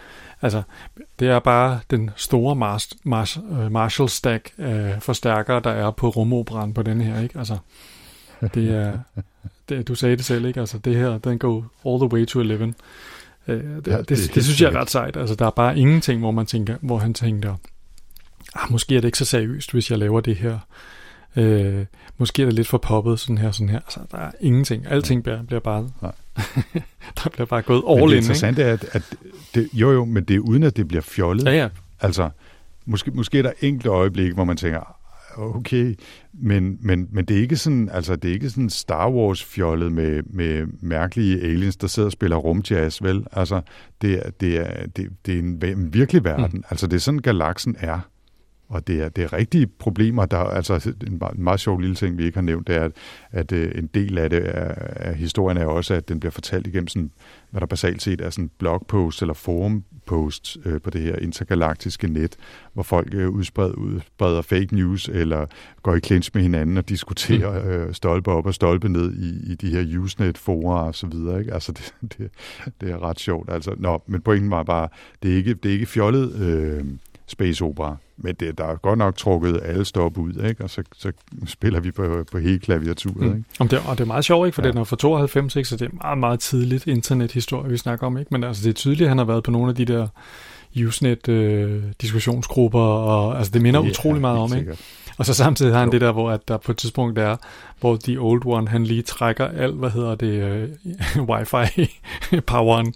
det er bare den store Marshall Stack af forstærkere, der er på rumoperan på den her, ikke? Altså, det er, du sagde det selv, ikke? Altså, det her, den går all the way to 11. Det synes jeg er ret sejt. Altså, der er bare ingenting, hvor han tænker, måske er det ikke så seriøst, hvis jeg laver det her. Måske er det lidt for poppet, sådan her. Altså, der er ingenting. Alting bliver bare... der bliver bare gået all in. Men det interessante er, at det, jo, men det er uden, at det bliver fjollet. Ja. Altså, måske er der enkelte øjeblikke, hvor man tænker, okay, men det er ikke sådan, altså det er ikke sådan Star Wars fjollet med mærkelige aliens, der sidder og spiller rumjazz, vel? Altså, det er en virkelig verden. Altså, det er sådan, galaksen er. Og det er rigtige problemer. Der altså en meget sjov lille ting, vi ikke har nævnt, det er, at en del af det af historien er også, at den bliver fortalt igennem sådan, hvad der basalt set er sådan blogpost eller forumpost på det her intergalaktiske net, hvor folk udspreder fake news eller går i clinch med hinanden og diskuterer stolpe op og stolpe ned i de her Usenet-forer og så videre. Ikke? Altså det er ret sjovt. Altså, men pointen var bare, det er ikke fjollet space opera, men der er godt nok trukket alle stop ud, ikke? Og så spiller vi på hele klaviaturet. Ikke? Og det er meget sjovt, ikke? For den er fra 92, ikke? Så det er meget, meget tidligt internethistorie, vi snakker om, ikke? Men altså, det er tydeligt, at han har været på nogle af de der Usenet-diskussionsgrupper, og altså, det minder utrolig meget om, ikke? Og så samtidig har han det der, hvor at der på et tidspunkt er, hvor The Old One, han lige trækker alt, wifi-poweren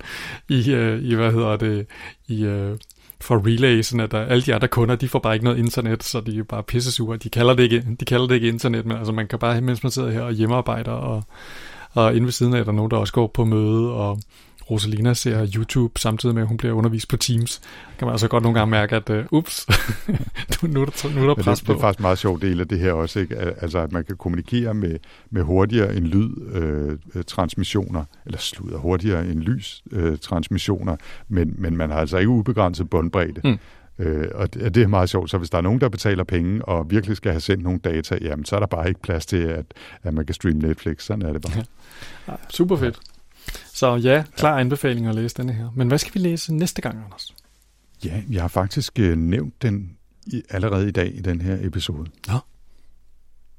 for relay, sådan at alle de andre kunder, de får bare ikke noget internet, så de er bare pissesure. De kalder det ikke internet, men altså man kan bare, mens man sidder her og hjemmearbejder, og inde ved siden af er der nogen, der også går på møde, og Rosalina ser YouTube samtidig med, at hun bliver undervist på Teams. Kan man altså godt nogle gange mærke, at ups, nu er der pres på. Det er faktisk en meget sjov del af det her også, ikke? Altså at man kan kommunikere med hurtigere end lydtransmissioner, eller hurtigere end lystransmissioner, men man har altså ikke ubegrænset båndbredde. Og det er meget sjovt, så hvis der er nogen, der betaler penge og virkelig skal have sendt nogle data, jamen så er der bare ikke plads til, at man kan streame Netflix. Sådan er det bare. Ja, super fedt. Så ja, klar anbefaling at læse denne her. Men hvad skal vi læse næste gang, Anders? Ja, jeg har faktisk nævnt den allerede i dag i den her episode. Ja.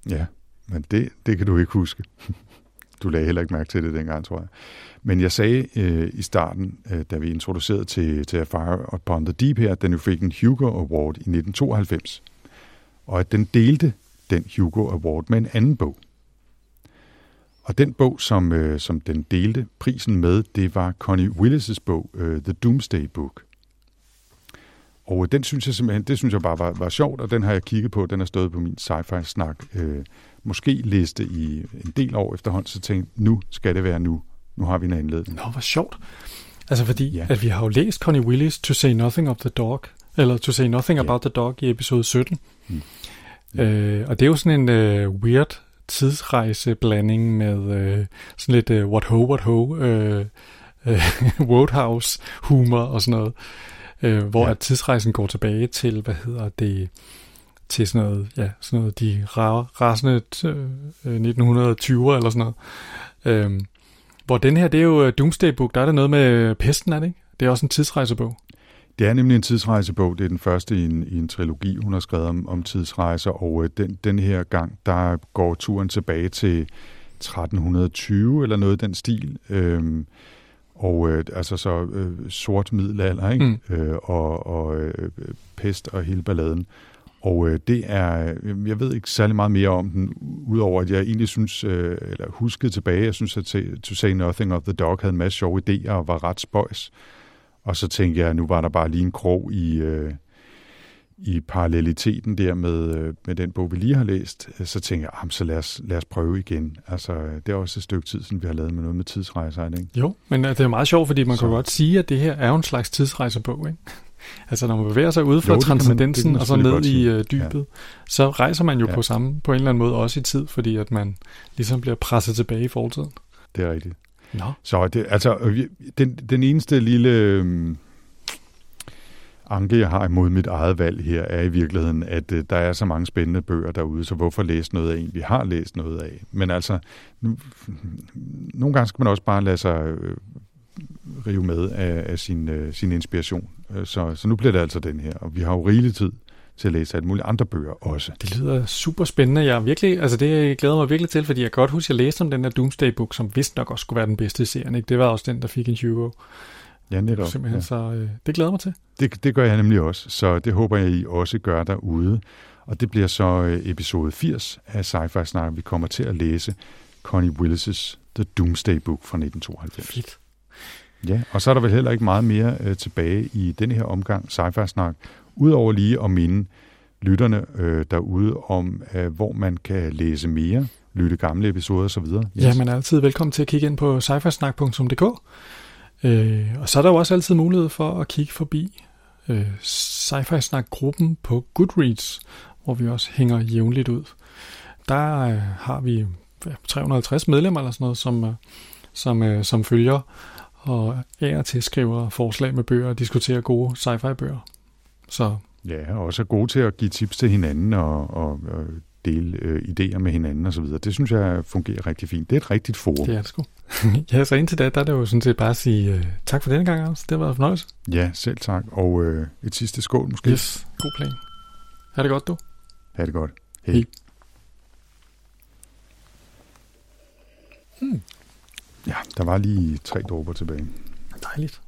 Ja, men det kan du ikke huske. Du lagde heller ikke mærke til det dengang, tror jeg. Men jeg sagde i starten, da vi introducerede til A Fire Upon the Deep her, at den jo fik en Hugo Award i 1992. Og at den delte den Hugo Award med en anden bog. Og den bog, som den delte prisen med, det var Connie Willis' bog, The Doomsday Book. Og den synes jeg simpelthen, det synes jeg bare var sjovt, og den har jeg kigget på, den er stået på min sci-fi-snak. Måske læste i en del år efterhånden, så tænkte nu skal det være nu. Nu har vi en anledning. Nå, hvor sjovt. Altså fordi, at vi har jo læst Connie Willis To Say Nothing of the Dog, eller To Say Nothing About the Dog i episode 17. Og det er jo sådan en weird tidsrejseblanding med sådan lidt what ho, Roadhouse humor og sådan noget. Hvor at tidsrejsen går tilbage til, til sådan noget, de rasende 1920'er eller sådan noget. Hvor den her, det er jo Doomsday Book, der er der noget med pesten, er det ikke? Det er også en tidsrejsebog. Det er nemlig en tidsrejsebog. Det er den første i en trilogi, hun har skrevet om tidsrejser, og den her gang, der går turen tilbage til 1320 eller noget i den stil. Altså sort middelalder, ikke? Og pest og hele balladen. Og det er, jeg ved ikke særlig meget mere om den, udover at jeg egentlig synes, eller huskede tilbage, jeg synes, at To Say Nothing of the Dog havde en masse sjove idéer og var ret spøjs. Og så tænkte jeg, at nu var der bare lige en krog i paralleliteten der med den bog, vi lige har læst. Så tænkte jeg, så lad os prøve igen. Altså, det er også et stykke tid siden, vi har lavet med noget med tidsrejser, ikke? Jo, men det er meget sjovt, fordi man kan godt sige, at det her er jo en slags tidsrejsebog, ikke? Altså, når man bevæger sig ud fra transcendensen og så ned i dybet, så rejser man jo på en eller anden måde også i tid, fordi at man ligesom bliver presset tilbage i fortiden. Det er rigtigt. No. Så den eneste lille anke, jeg har imod mit eget valg her, er i virkeligheden, at der er så mange spændende bøger derude, så hvorfor læse noget af en, vi har læst noget af? Men altså, nogle gange skal man også bare lade sig rive med af sin inspiration. Så nu bliver det altså den her, og vi har jo rigelig tid til at læse alle mulige andre bøger også. Det lyder super spændende. Det glæder mig virkelig til, fordi jeg kan godt huske, at jeg læste om den der Doomsday Book, som vist nok også skulle være den bedste i serien. Ikke? Det var også den, der fik en Hugo. Ja, netop. Simpelthen, så det glæder mig til. Det gør jeg nemlig også, så det håber jeg, I også gør derude. Og det bliver så episode 80 af Sci-Fi Snak. Vi kommer til at læse Connie Willis' The Doomsday Book fra 1992. Fedt. Ja, og så er der vel heller ikke meget mere tilbage i denne her omgang Sci-Fi Snak, udover lige at minde lytterne derude om, hvor man kan læse mere, lytte gamle episoder osv. Yes. Ja, man er altid velkommen til at kigge ind på sci-fi-snak.dk. Og så er der jo også altid mulighed for at kigge forbi Sci-Fi Snak-gruppen på Goodreads, hvor vi også hænger jævnligt ud. Der har vi 350 medlemmer eller sådan noget, som følger og af og til skriver forslag med bøger og diskuterer gode sci-fi-bøger. Så. Ja, og også er gode til at give tips til hinanden og dele idéer med hinanden og så videre. Det synes jeg fungerer rigtig fint. Det er et rigtigt forum. Det er det sgu. Ja, så indtil da, der er det jo sådan set bare at sige tak for denne gang, Anders. Det har været en fornøjelse. Ja, selv tak. Og et sidste skål måske. Yes, god plan. Ha' det godt, du. Ha' det godt. Hej. Ja, der var lige 3 dråber tilbage. Dejligt.